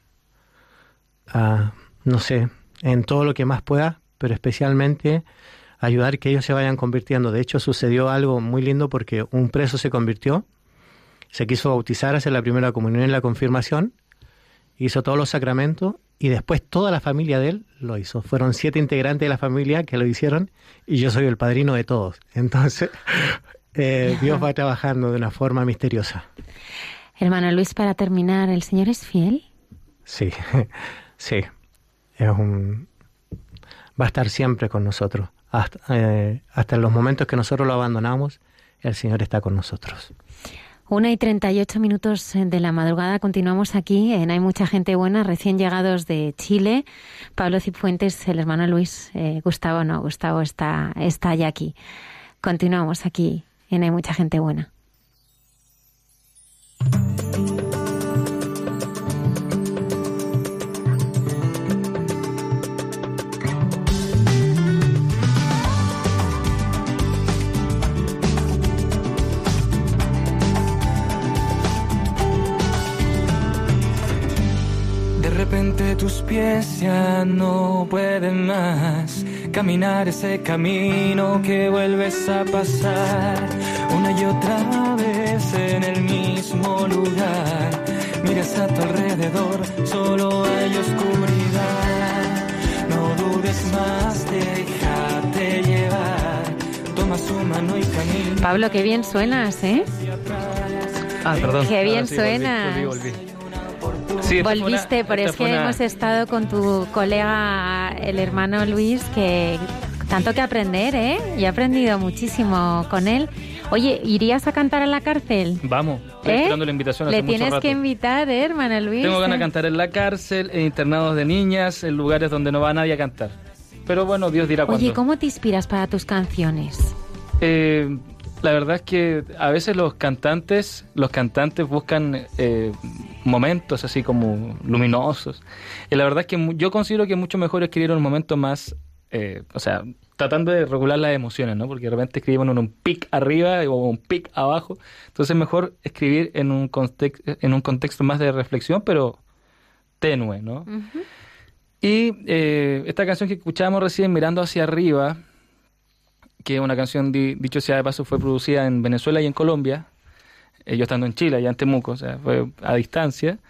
no sé, en todo lo que más pueda, pero especialmente ayudar que ellos se vayan convirtiendo. De hecho, sucedió algo muy lindo porque un preso se convirtió, se quiso bautizar, hacer la primera comunión y la confirmación, hizo todos los sacramentos y después toda la familia de él lo hizo. Fueron 7 integrantes de la familia que lo hicieron y yo soy el padrino de todos. Entonces, Dios va trabajando de una forma misteriosa. Hermano Luis, para terminar, ¿el Señor es fiel? Sí, sí. Va a estar siempre con nosotros. Hasta en los momentos que nosotros lo abandonamos, el Señor está con nosotros. 1:38 de la madrugada, continuamos aquí en Hay Mucha Gente Buena, recién llegados de Chile. Pablo Cifuentes, el hermano Luis, Gustavo está ya aquí. Continuamos aquí en Hay Mucha Gente Buena. De repente tus pies ya no pueden más caminar ese camino que vuelves a pasar una y otra vez en el mismo lugar. Miras a tu alrededor, solo hay oscuridad. No dudes más, déjate llevar. Toma su mano y camina. Pablo, qué bien suenas, ¿eh? Perdón. Qué bien suenas. Volví. Sí, volviste, pero es que hemos estado con tu colega, el hermano Luis, que tanto que aprender, ¿eh? Yo he aprendido muchísimo con él. Oye, ¿irías a cantar a la cárcel? Vamos, estoy esperando la invitación hace Le mucho tienes rato. que invitar, hermano Luis. Tengo ganas de cantar en la cárcel, en internados de niñas, en lugares donde no va nadie a cantar. Pero bueno, Dios dirá cuándo. Oye, ¿cómo te inspiras para tus canciones? La verdad es que a veces los cantantes buscan momentos así como luminosos. Y la verdad es que yo considero que es mucho mejor escribir en un momento más, tratando de regular las emociones, ¿no? Porque de repente escribimos en un pic arriba o un pic abajo. Entonces es mejor escribir en un contexto más de reflexión, pero tenue, ¿no? Uh-huh. Y esta canción que escuchábamos recién, Mirando hacia arriba, que es una canción, dicho sea de paso, fue producida en Venezuela y en Colombia, yo estando en Chile, allá en Temuco, o sea, fue a distancia.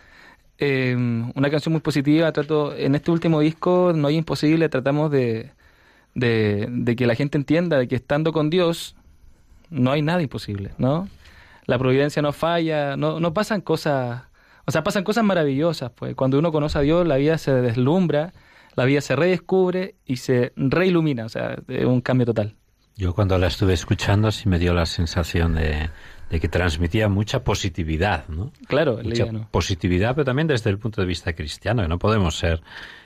Una canción muy positiva. En este último disco, No hay imposible, tratamos de que la gente entienda de que estando con Dios no hay nada imposible, ¿no? La providencia no falla, no pasan cosas, o sea, pasan cosas maravillosas, pues. Cuando uno conoce a Dios, la vida se deslumbra, la vida se redescubre y se reilumina, o sea, es un cambio total. Yo cuando la estuve escuchando sí me dio la sensación de que transmitía mucha positividad, ¿no? Claro, mucha positividad, pero también desde el punto de vista cristiano, que no podemos ser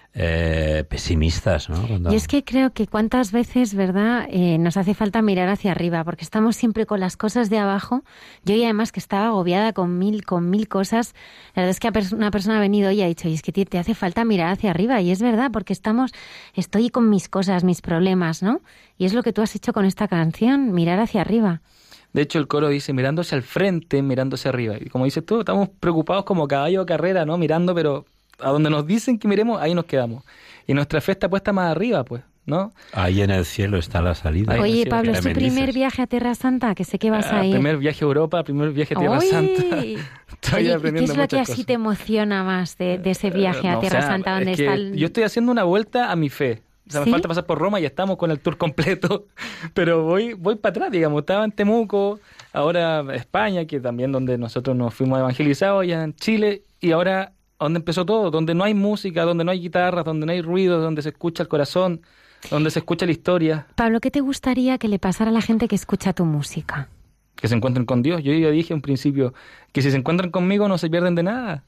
pesimistas, ¿no? Y es que creo que cuántas veces, ¿verdad?, nos hace falta mirar hacia arriba, porque estamos siempre con las cosas de abajo. Yo, y además que estaba agobiada con mil cosas, la verdad es que una persona ha venido y ha dicho, y es que te hace falta mirar hacia arriba, y es verdad, porque estoy con mis cosas, mis problemas, ¿no? Y es lo que tú has hecho con esta canción, mirar hacia arriba. De hecho, el coro dice, mirándose al frente, mirándose arriba. Y como dices tú, estamos preocupados como caballo de carrera, ¿no? Mirando, pero a donde nos dicen que miremos, ahí nos quedamos. Y nuestra fe está puesta más arriba, pues, ¿no? Ahí en el cielo está la salida. Oye, Pablo, ¿es tu primer viaje a Tierra Santa? Que sé que vas a ir. Primer viaje a Europa, primer viaje a Tierra Santa. Oye, ¿qué es lo que así te emociona más de ese viaje a Tierra Santa? Donde está Yo estoy haciendo una vuelta a mi fe. O sea, ¿sí? Me falta pasar por Roma y estamos con el tour completo. Pero voy para atrás, digamos. Estaba en Temuco, ahora España, que también donde nosotros nos fuimos evangelizados, allá en Chile, y ahora donde empezó todo, donde no hay música, donde no hay guitarras, donde no hay ruido, donde se escucha el corazón, donde se escucha la historia. Pablo, ¿qué te gustaría que le pasara a la gente que escucha tu música? Que se encuentren con Dios. Yo ya dije en principio que si se encuentran conmigo no se pierden de nada.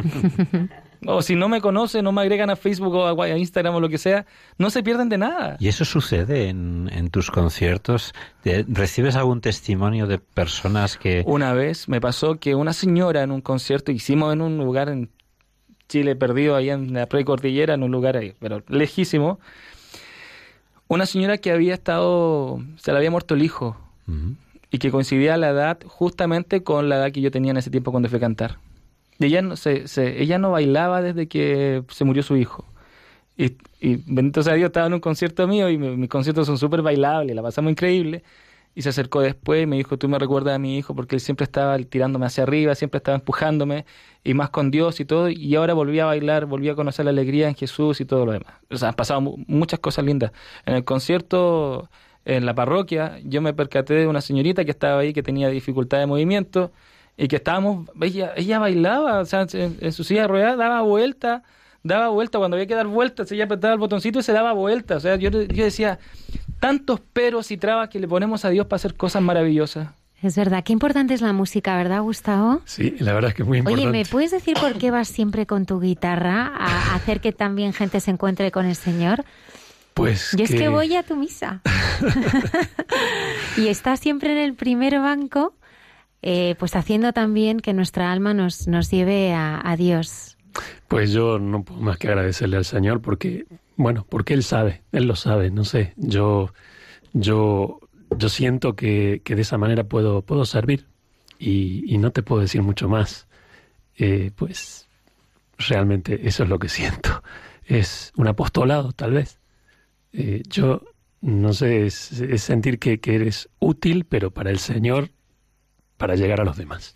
O si no me conocen, no me agregan a Facebook o a Instagram o lo que sea, no se pierden de nada. ¿Y eso sucede en tus conciertos? ¿Recibes algún testimonio de personas que...? Una vez me pasó que una señora en un concierto, hicimos en un lugar en Chile, perdido ahí en la precordillera, en un lugar ahí, pero lejísimo, una señora que se le había muerto el hijo, uh-huh, y que coincidía la edad justamente con la edad que yo tenía en ese tiempo cuando fui a cantar. Y ella no bailaba desde que se murió su hijo. Y bendito sea Dios, estaba en un concierto mío y mis conciertos son súper bailables, la pasamos increíble. Y se acercó después y me dijo, tú me recuerdas a mi hijo porque él siempre estaba tirándome hacia arriba, siempre estaba empujándome y más con Dios y todo. Y ahora volví a bailar, volví a conocer la alegría en Jesús y todo lo demás. O sea, han pasado muchas cosas lindas. En el concierto, en la parroquia, yo me percaté de una señorita que estaba ahí que tenía dificultad de movimiento y que ella bailaba, o sea, en su silla de ruedas daba vuelta, cuando había que dar vueltas, ella apretaba el botoncito y se daba vuelta. O sea, yo decía, tantos peros y trabas que le ponemos a Dios para hacer cosas maravillosas. Es verdad, qué importante es la música, ¿verdad, Gustavo? Sí, la verdad es que es muy importante. Oye, ¿me puedes decir por qué vas siempre con tu guitarra a hacer que también gente se encuentre con el Señor? Pues yo es que voy a tu misa. Y estás siempre en el primer banco, pues haciendo también que nuestra alma nos lleve a Dios. Pues yo no puedo más que agradecerle al Señor porque Él sabe, Él lo sabe, no sé, yo siento que de esa manera puedo servir y no te puedo decir mucho más. Pues realmente eso es lo que siento. Es un apostolado, tal vez. Yo no sé, es sentir que eres útil, pero para el Señor, para llegar a los demás.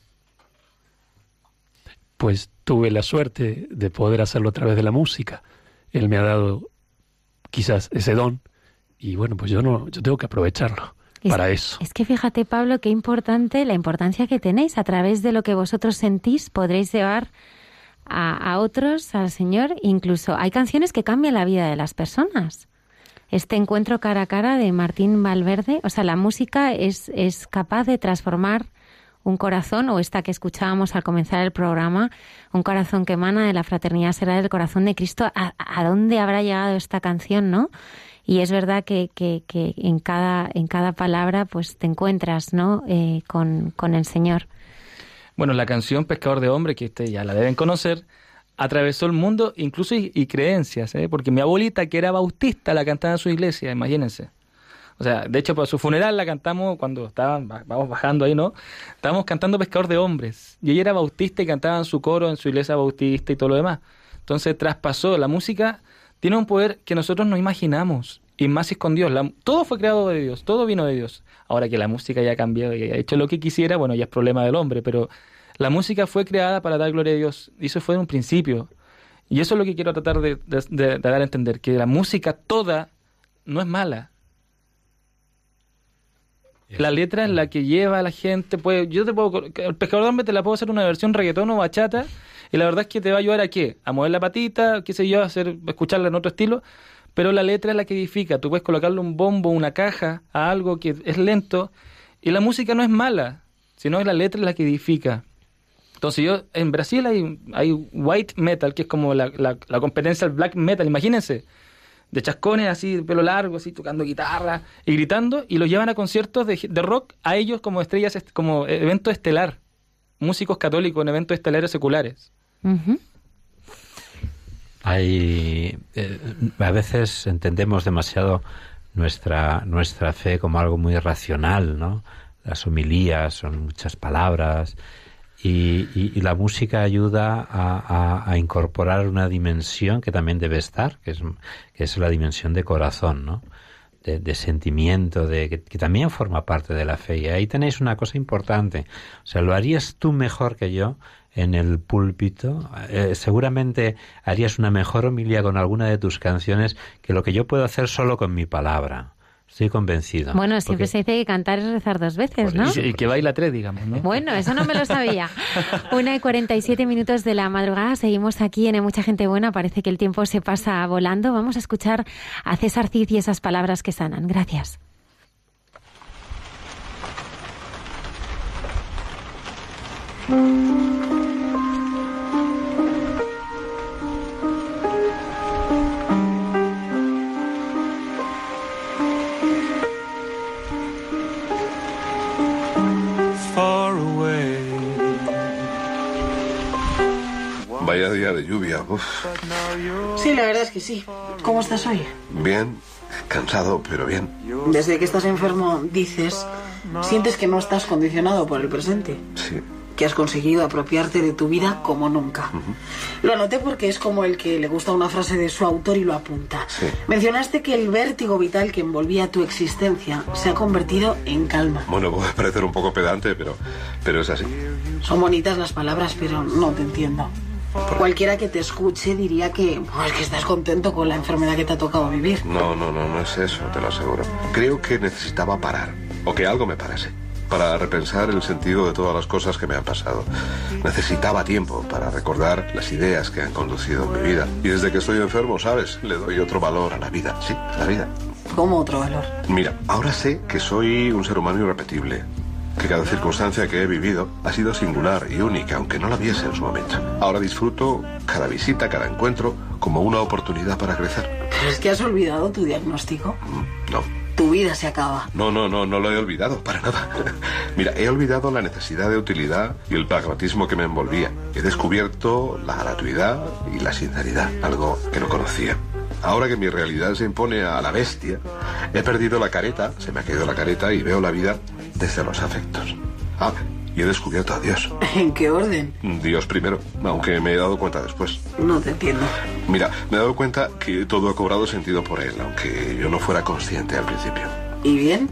Pues tuve la suerte de poder hacerlo a través de la música. Él me ha dado quizás ese don y bueno, pues yo tengo que aprovecharlo para eso. Es que fíjate, Pablo, qué importante la importancia que tenéis. A través de lo que vosotros sentís podréis llevar a otros al Señor. Incluso hay canciones que cambian la vida de las personas. este encuentro cara a cara de Martín Valverde. O sea, la música es capaz de transformar un corazón, o esta que escuchábamos al comenzar el programa, un corazón que emana de la fraternidad será del corazón de Cristo. ¿A dónde habrá llegado esta canción, no? Y es verdad que en cada palabra pues te encuentras, ¿no? Con el Señor. Bueno, la canción Pescador de Hombres, que ustedes ya la deben conocer, atravesó el mundo, incluso y creencias, porque mi abuelita, que era bautista, la cantaba en su iglesia, imagínense. O sea, de hecho, para su funeral la cantamos cuando vamos bajando ahí, ¿no? Estábamos cantando Pescador de Hombres. Y ella era bautista y cantaba en su coro, en su iglesia bautista y todo lo demás. Entonces, traspasó. La música tiene un poder que nosotros no imaginamos. Y más si es con Dios. Todo fue creado de Dios, todo vino de Dios. Ahora que la música ya ha cambiado y ha hecho lo que quisiera, bueno, ya es problema del hombre, pero la música fue creada para dar gloria a Dios. Y eso fue en un principio. Y eso es lo que quiero tratar de dar a entender, que la música toda no es mala. La letra es la que lleva a la gente. Pues yo el Pescador de Hombres te la puedo hacer una versión reggaetón o bachata, y la verdad es que te va a ayudar a ¿qué? A mover la patita, qué sé yo, escucharla en otro estilo, pero la letra es la que edifica. Tú puedes colocarle un bombo, una caja, a algo que es lento, y la música no es mala, sino la letra es la que edifica. Entonces en Brasil hay white metal, que es como la competencia del black metal, imagínense, de chascones así, de pelo largo, así, tocando guitarra y gritando, y los llevan a conciertos de rock a ellos como estrellas, como evento estelar, músicos católicos en eventos estelares seculares. Uh-huh. A veces entendemos demasiado nuestra fe como algo muy racional, ¿no? Las homilías son muchas palabras, y la música ayuda a incorporar una dimensión que también debe estar, que es la dimensión de corazón, ¿no? De sentimiento, que también forma parte de la fe. Y ahí tenéis una cosa importante. O sea, lo harías tú mejor que yo en el púlpito. Seguramente harías una mejor homilía con alguna de tus canciones que lo que yo puedo hacer solo con mi palabra. Estoy convencido. Bueno, siempre se dice que cantar es rezar 2 veces, ¿no? Y que baila 3, digamos, ¿no? Bueno, eso no me lo sabía. 1:47 de la madrugada. Seguimos aquí en Hay Mucha Gente Buena. Parece que el tiempo se pasa volando. Vamos a escuchar a César Cid y esas palabras que sanan. Gracias. Vaya día de lluvia. Uf. Sí, la verdad es que sí. ¿Cómo estás hoy? Bien, cansado, pero bien. Desde que estás enfermo, sientes que no estás condicionado por el presente. Sí. Que has conseguido apropiarte de tu vida como nunca. Uh-huh. Lo anoté porque es como el que le gusta una frase de su autor y lo apunta. Sí. Mencionaste que el vértigo vital que envolvía tu existencia se ha convertido en calma. Bueno, puede parecer un poco pedante, pero es así. Son bonitas las palabras, pero no te entiendo. Cualquiera que te escuche diría que estás contento con la enfermedad que te ha tocado vivir. No es eso, te lo aseguro. Creo que necesitaba parar, o que algo me parase, para repensar el sentido de todas las cosas que me han pasado. Necesitaba tiempo para recordar las ideas que han conducido en mi vida. Y desde que estoy enfermo, ¿sabes? Le doy otro valor a la vida. Sí, a la vida. ¿Cómo otro valor? Mira, ahora sé que soy un ser humano irrepetible. Que cada circunstancia que he vivido ha sido singular y única, aunque no la viese en su momento. Ahora disfruto cada visita, cada encuentro, como una oportunidad para crecer. ¿Pero es que has olvidado tu diagnóstico? No. Tu vida se acaba. No lo he olvidado, para nada. Mira, he olvidado la necesidad de utilidad y el pragmatismo que me envolvía. He descubierto la gratuidad y la sinceridad, algo que no conocía. Ahora que mi realidad se impone a la bestia, he perdido la careta, se me ha caído la careta y veo la vida desde los afectos. Y he descubierto a Dios. ¿En qué orden? Dios primero, aunque me he dado cuenta después. No te entiendo. Mira, me he dado cuenta que todo ha cobrado sentido por Él, aunque yo no fuera consciente al principio. ¿Y bien?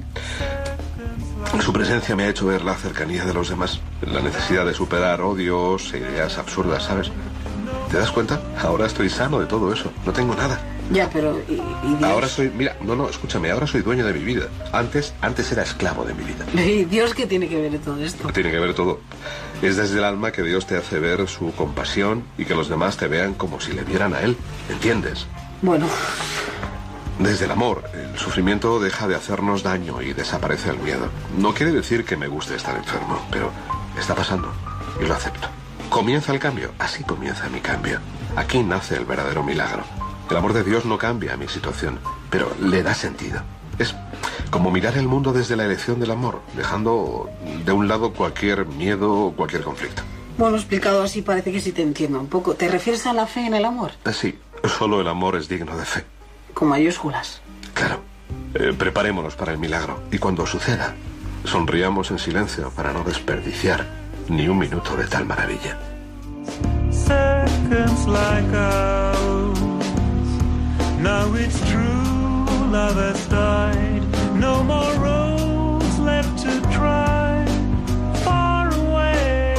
Su presencia me ha hecho ver la cercanía de los demás, la necesidad de superar odios e ideas absurdas, ¿sabes? ¿Te das cuenta? Ahora estoy sano de todo eso, no tengo nada. Ya, pero ¿y Dios? Ahora soy... Mira, escúchame, ahora soy dueño de mi vida. Antes era esclavo de mi vida. ¿Y Dios qué tiene que ver en todo esto? Tiene que ver todo. Es desde el alma que Dios te hace ver su compasión y que los demás te vean como si le vieran a Él. ¿Entiendes? Bueno. Desde el amor, el sufrimiento deja de hacernos daño y desaparece el miedo. No quiere decir que me guste estar enfermo, pero está pasando y lo acepto. Comienza el cambio, así comienza mi cambio. Aquí nace el verdadero milagro. El amor de Dios no cambia mi situación, pero le da sentido. Es como mirar el mundo desde la elección del amor, dejando de un lado cualquier miedo o cualquier conflicto. Bueno, explicado así parece que sí te entiendo un poco. ¿Te refieres a la fe en el amor? Sí, solo el amor es digno de fe. Con mayúsculas. Claro. Preparémonos para el milagro. Y cuando suceda, sonriamos en silencio para no desperdiciar ni un minuto de tal maravilla. Seconds like ours. Now it's true, love has died. No more roads left to try. Far away.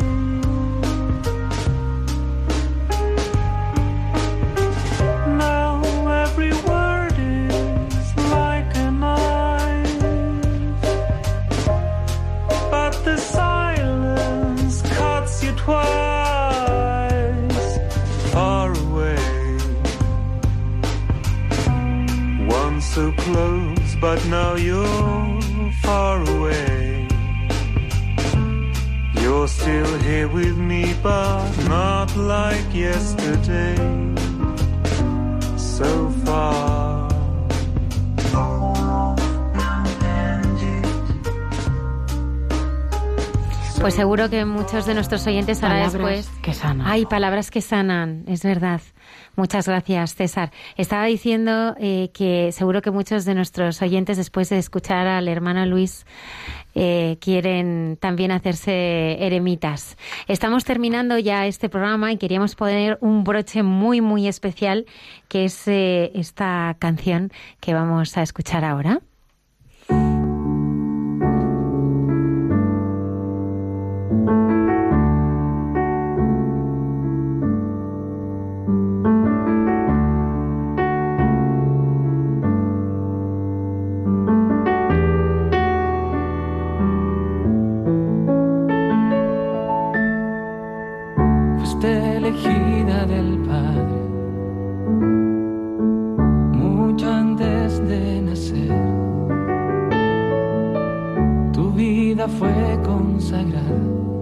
Now every word is like a knife. But the silence cuts you twice. Far away. Once so close, but now you're far away. You're still here with me, but not like yesterday. So far. Pues seguro que muchos de nuestros oyentes ahora después... que sanan. Hay palabras que sanan, es verdad. Muchas gracias, César. Estaba diciendo que seguro que muchos de nuestros oyentes, después de escuchar al hermano Luis, quieren también hacerse eremitas. Estamos terminando ya este programa y queríamos poner un broche muy, muy especial, que es esta canción que vamos a escuchar ahora. Elegida del Padre, mucho antes de nacer. Tu vida fue consagrada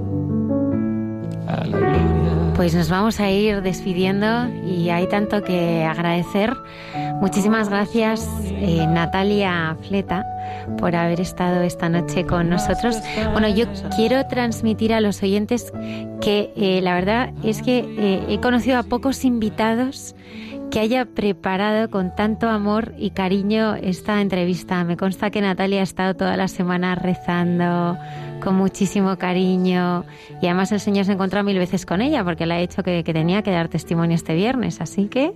a la gloria. Pues nos vamos a ir despidiendo y hay tanto que agradecer. Muchísimas gracias, Natalia Fleta, por haber estado esta noche con nosotros. Bueno, yo quiero transmitir a los oyentes que la verdad es que he conocido a pocos invitados que haya preparado con tanto amor y cariño esta entrevista. Me consta que Natalia ha estado toda la semana rezando con muchísimo cariño y además el Señor se encontró 1000 veces con ella porque le ha dicho que tenía que dar testimonio este viernes, así que...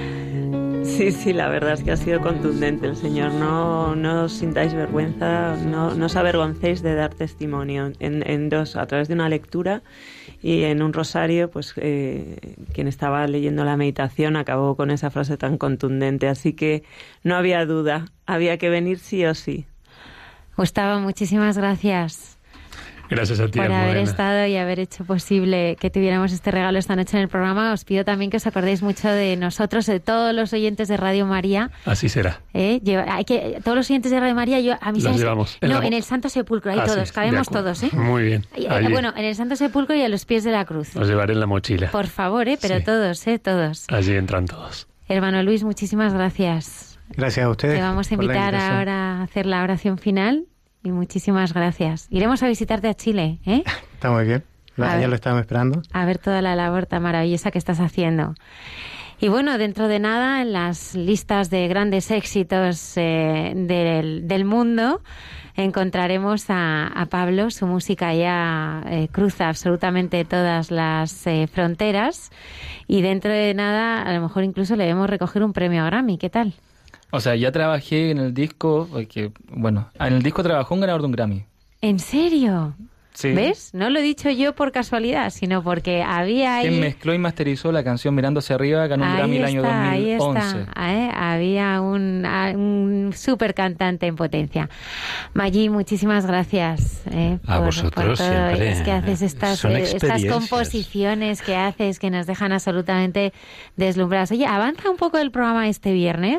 Sí, la verdad es que ha sido contundente el Señor. No os sintáis vergüenza, no os avergoncéis de dar testimonio en dos, a través de una lectura y en un rosario. Pues quien estaba leyendo la meditación acabó con esa frase tan contundente, así que no había duda, había que venir sí o sí. Gustavo, muchísimas gracias. Gracias a ti, por haber Almudena. estado y haber hecho posible que tuviéramos este regalo esta noche en el programa. Os pido también que os acordéis mucho de nosotros, de todos los oyentes de Radio María. Así será. Todos los oyentes de Radio María, a mí los llevamos. En el Santo Sepulcro, ahí todos, sí, cabemos todos, ¿eh? Muy bien. Bueno, en el Santo Sepulcro y a los pies de la cruz. Los llevaré en la mochila. Por favor, pero sí. Todos. Allí entran todos. Hermano Luis, muchísimas gracias. Gracias a ustedes. Te vamos a invitar ahora a hacer la oración final. Y muchísimas gracias. Iremos a visitarte a Chile, ¿eh? Está muy bien. Ya lo estamos esperando. A ver toda la labor tan maravillosa que estás haciendo. Y bueno, dentro de nada, en las listas de grandes éxitos del mundo, encontraremos a Pablo. Su música ya cruza absolutamente todas las fronteras. Y dentro de nada, a lo mejor incluso le debemos recoger un premio Grammy. ¿Qué tal? O sea, ya trabajé en el disco, en el disco trabajó un ganador de un Grammy. ¿En serio? Sí. ¿Ves? No lo he dicho yo por casualidad, sino porque había ahí... Quien mezcló y masterizó la canción Mirando hacia arriba ganó un Grammy el año 2011. Ahí está. Había un súper cantante en potencia. Maggi, muchísimas gracias. A vosotros por todo. siempre. Es que haces estas composiciones que haces que nos dejan absolutamente deslumbrados. Oye, avanza un poco el programa este viernes.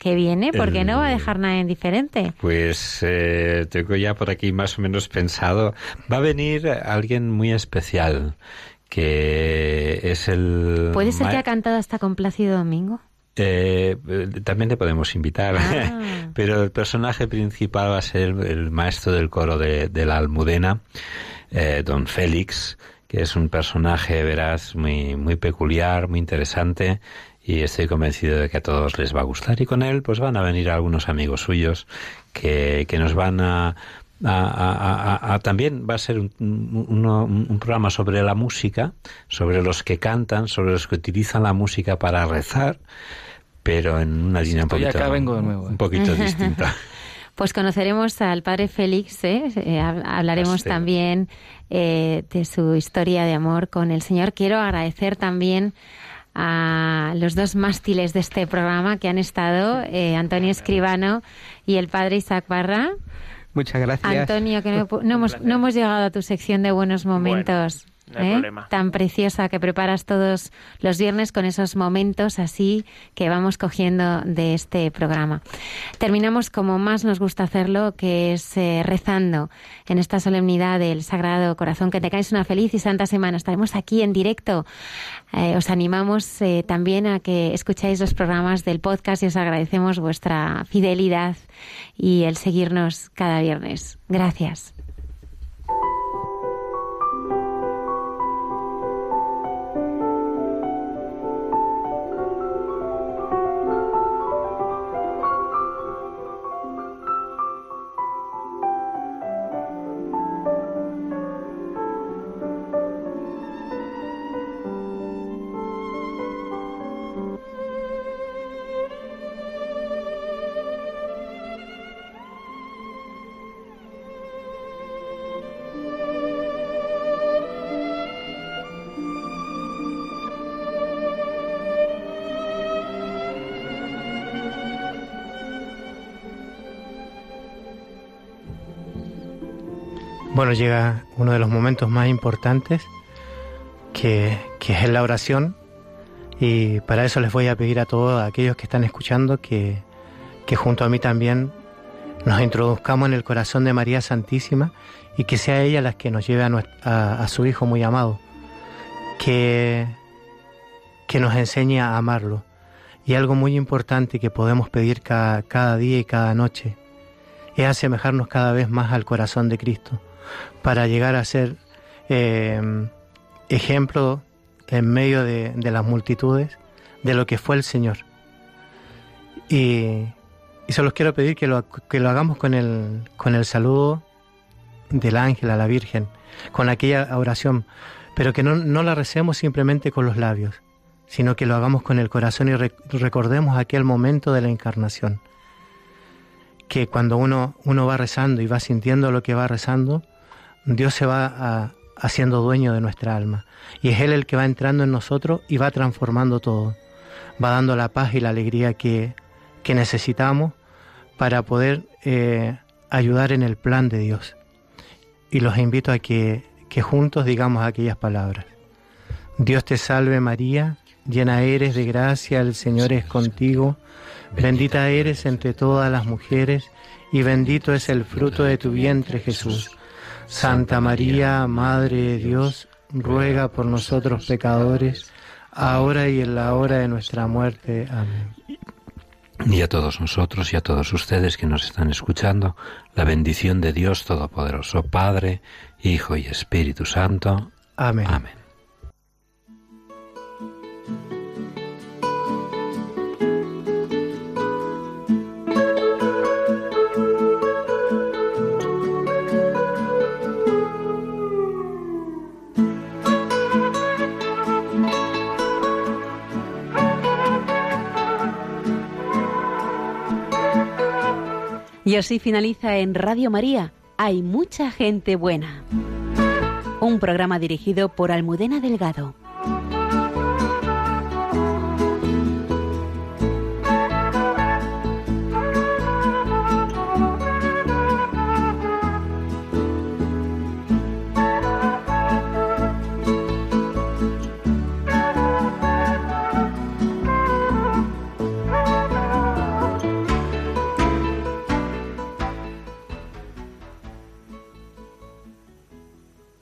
que viene, porque no va a dejar nada indiferente. Pues tengo ya por aquí más o menos pensado. Va a venir alguien muy especial, que es el... ¿Puede ser que ha cantado hasta con Plácido Domingo? También le podemos invitar, pero el personaje principal va a ser el maestro del coro de la Almudena, don Félix, que es un personaje, verás, muy, muy peculiar, muy interesante, y estoy convencido de que a todos les va a gustar. Y con él pues van a venir algunos amigos suyos que nos van a también va a ser un programa sobre la música, sobre los que cantan, sobre los que utilizan la música para rezar, pero en una línea un poquito distinta. Pues conoceremos al padre Félix, hablaremos también de su historia de amor con el Señor. Quiero agradecer también a los dos mástiles de este programa que han estado, Antonio Escribano y el padre Isaac Barra. Muchas gracias. Antonio, que no hemos llegado a tu sección de buenos momentos. Bueno, no hay problema. Tan preciosa que preparas todos los viernes con esos momentos así que vamos cogiendo de este programa. Terminamos como más nos gusta hacerlo, que es rezando en esta solemnidad del Sagrado Corazón. Que tengáis una feliz y santa semana. Estaremos aquí en directo. Os animamos también a que escucháis los programas del podcast y os agradecemos vuestra fidelidad y el seguirnos cada viernes. Gracias. Bueno, llega uno de los momentos más importantes, que es la oración, y para eso les voy a pedir a todos aquellos que están escuchando que junto a mí también nos introduzcamos en el corazón de María Santísima y que sea ella la que nos lleve a su Hijo muy amado, que nos enseñe a amarlo. Y algo muy importante que podemos pedir cada día y cada noche es asemejarnos cada vez más al corazón de Cristo, para llegar a ser ejemplo en medio de las multitudes de lo que fue el Señor. Y se los quiero pedir que lo hagamos con el saludo del ángel a la Virgen, con aquella oración, pero que no la recemos simplemente con los labios, sino que lo hagamos con el corazón y recordemos aquel momento de la encarnación, que cuando uno va rezando y va sintiendo lo que va rezando, Dios se va haciendo dueño de nuestra alma, y es Él el que va entrando en nosotros y va transformando todo, va dando la paz y la alegría que necesitamos para poder ayudar en el plan de Dios. Y los invito a que juntos digamos aquellas palabras: Dios te salve María, llena eres de gracia, el Señor es contigo, bendita eres entre todas las mujeres, y bendito es el fruto de tu vientre, Jesús. Santa María, Madre de Dios, ruega por nosotros pecadores, ahora y en la hora de nuestra muerte. Amén. Y a todos nosotros y a todos ustedes que nos están escuchando, la bendición de Dios Todopoderoso, Padre, Hijo y Espíritu Santo. Amén. Amén. Y así finaliza en Radio María, Hay mucha gente buena. Un programa dirigido por Almudena Delgado.